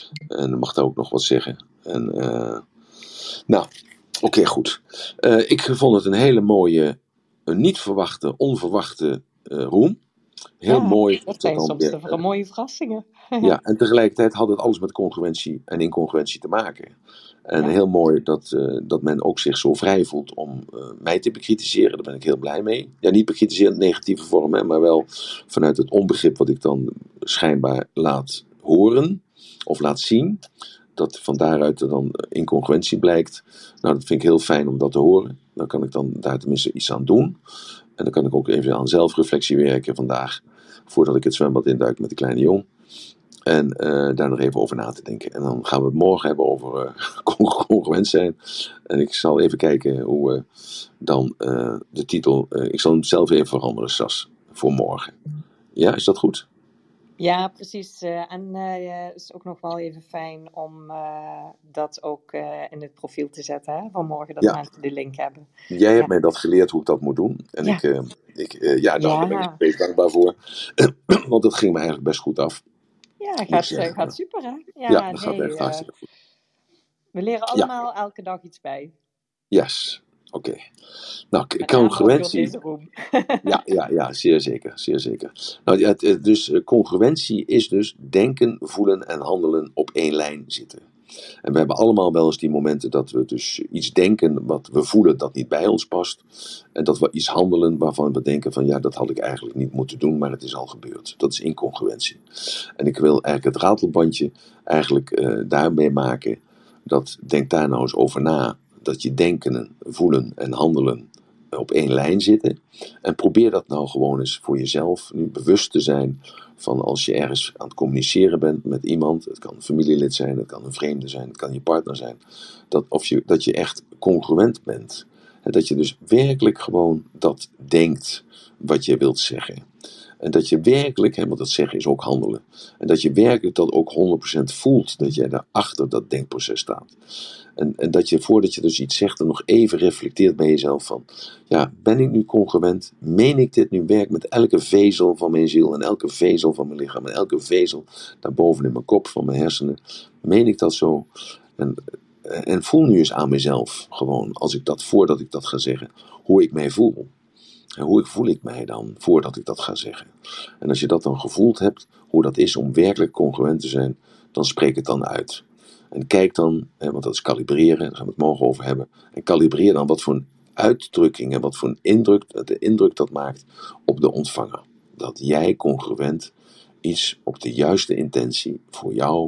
[SPEAKER 2] En mag daar ook nog wat zeggen. En, uh, nou, oké, okay, goed. Uh, ik vond het een hele mooie, een niet verwachte, onverwachte uh, room. Heel
[SPEAKER 1] ja,
[SPEAKER 2] mooi.
[SPEAKER 1] Dat zijn soms weer, de mooie verrassingen.
[SPEAKER 2] Ja, en tegelijkertijd had het alles met congruentie en incongruentie te maken. En ja. Heel mooi dat, uh, dat men ook zich zo vrij voelt om uh, mij te bekritiseren. Daar ben ik heel blij mee. Ja, niet bekritiseren in negatieve vorm, hè, maar wel vanuit het onbegrip wat ik dan schijnbaar laat horen of laat zien. Dat van daaruit er dan incongruentie blijkt. Nou, dat vind ik heel fijn om dat te horen. Dan kan ik dan daar tenminste iets aan doen. En dan kan ik ook even aan zelfreflectie werken vandaag. Voordat ik het zwembad induik met de kleine jong. En uh, daar nog even over na te denken. En dan gaan we het morgen hebben over uh, congruent zijn. En ik zal even kijken hoe uh, dan uh, de titel... Uh, ik zal hem zelf even veranderen, Sas. Voor morgen. Ja, is dat goed?
[SPEAKER 1] Ja, precies. Uh, en uh, het is ook nog wel even fijn om uh, dat ook uh, in het profiel te zetten. Hè? Van morgen dat ja. mensen de link hebben.
[SPEAKER 2] Jij hebt ja. mij dat geleerd hoe ik dat moet doen. En ja. ik, uh, ik uh, ja, daar ja. ben ik best dankbaar voor. Want het ging me eigenlijk best goed af.
[SPEAKER 1] Ja, het gaat, uh, gaat super, hè? Ja,
[SPEAKER 2] ja dat
[SPEAKER 1] nee,
[SPEAKER 2] gaat echt hartstikke goed.
[SPEAKER 1] We leren allemaal ja. elke dag iets bij.
[SPEAKER 2] Yes, oké. Okay. Nou, congruentie. ja, ja, ja, zeer zeker, zeer zeker. Nou, ja, dus congruentie is dus denken, voelen en handelen op één lijn zitten. En we hebben allemaal wel eens die momenten dat we dus iets denken wat we voelen dat niet bij ons past. En dat we iets handelen waarvan we denken van ja, dat had ik eigenlijk niet moeten doen, maar het is al gebeurd. Dat is incongruentie. En ik wil eigenlijk het ratelbandje eigenlijk uh, daarmee maken dat denk daar nou eens over na. Dat je denken, voelen en handelen op één lijn zitten. En probeer dat nou gewoon eens voor jezelf nu bewust te zijn van als je ergens aan het communiceren bent met iemand. Het kan een familielid zijn, het kan een vreemde zijn, het kan je partner zijn. Dat, of je, dat je echt congruent bent. En dat je dus werkelijk gewoon dat denkt wat je wilt zeggen. En dat je werkelijk, hè, want dat zeggen is ook handelen. En dat je werkelijk dat ook honderd procent voelt dat jij daar achter dat denkproces staat. En, en dat je voordat je dus iets zegt dan nog even reflecteert bij jezelf van, ja, ben ik nu congruent? Meen ik dit nu werk met elke vezel van mijn ziel en elke vezel van mijn lichaam en elke vezel daarboven in mijn kop van mijn hersenen? Meen ik dat zo? En, en voel nu eens aan mezelf gewoon, als ik dat, voordat ik dat ga zeggen, hoe ik mij voel. En hoe voel ik mij dan voordat ik dat ga zeggen? En als je dat dan gevoeld hebt, hoe dat is om werkelijk congruent te zijn, dan spreek het dan uit. En kijk dan, want dat is kalibreren, daar gaan we het morgen over hebben. En kalibreer dan wat voor een uitdrukking en wat voor een indruk, de indruk dat maakt op de ontvanger. Dat jij congruent iets op de juiste intentie voor jou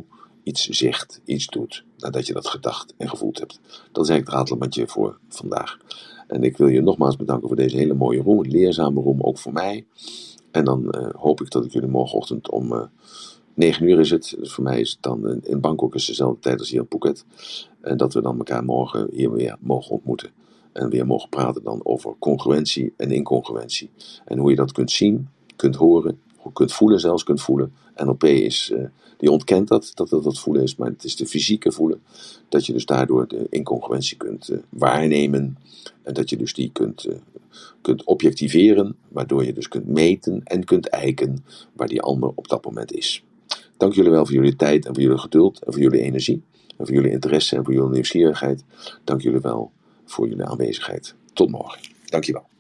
[SPEAKER 2] iets zegt, iets doet, nadat je dat gedacht en gevoeld hebt. Dat is eigenlijk het ratelbandje voor vandaag. En ik wil je nogmaals bedanken voor deze hele mooie room, een leerzame room, ook voor mij. En dan uh, hoop ik dat ik jullie morgenochtend om uh, negen uur is het, dus voor mij is het dan uh, in Bangkok is dezelfde tijd als hier in Phuket. En dat we dan elkaar morgen hier weer mogen ontmoeten. En weer mogen praten dan over congruentie en incongruentie. En hoe je dat kunt zien, kunt horen, kunt voelen zelfs, kunt voelen. N L P is, uh, die ontkent dat, dat het dat voelen is, maar het is de fysieke voelen. Dat je dus daardoor de incongruentie kunt uh, waarnemen. En dat je dus die kunt, uh, kunt objectiveren, waardoor je dus kunt meten en kunt eiken waar die ander op dat moment is. Dank jullie wel voor jullie tijd en voor jullie geduld en voor jullie energie. En voor jullie interesse en voor jullie nieuwsgierigheid. Dank jullie wel voor jullie aanwezigheid. Tot morgen. Dankjewel.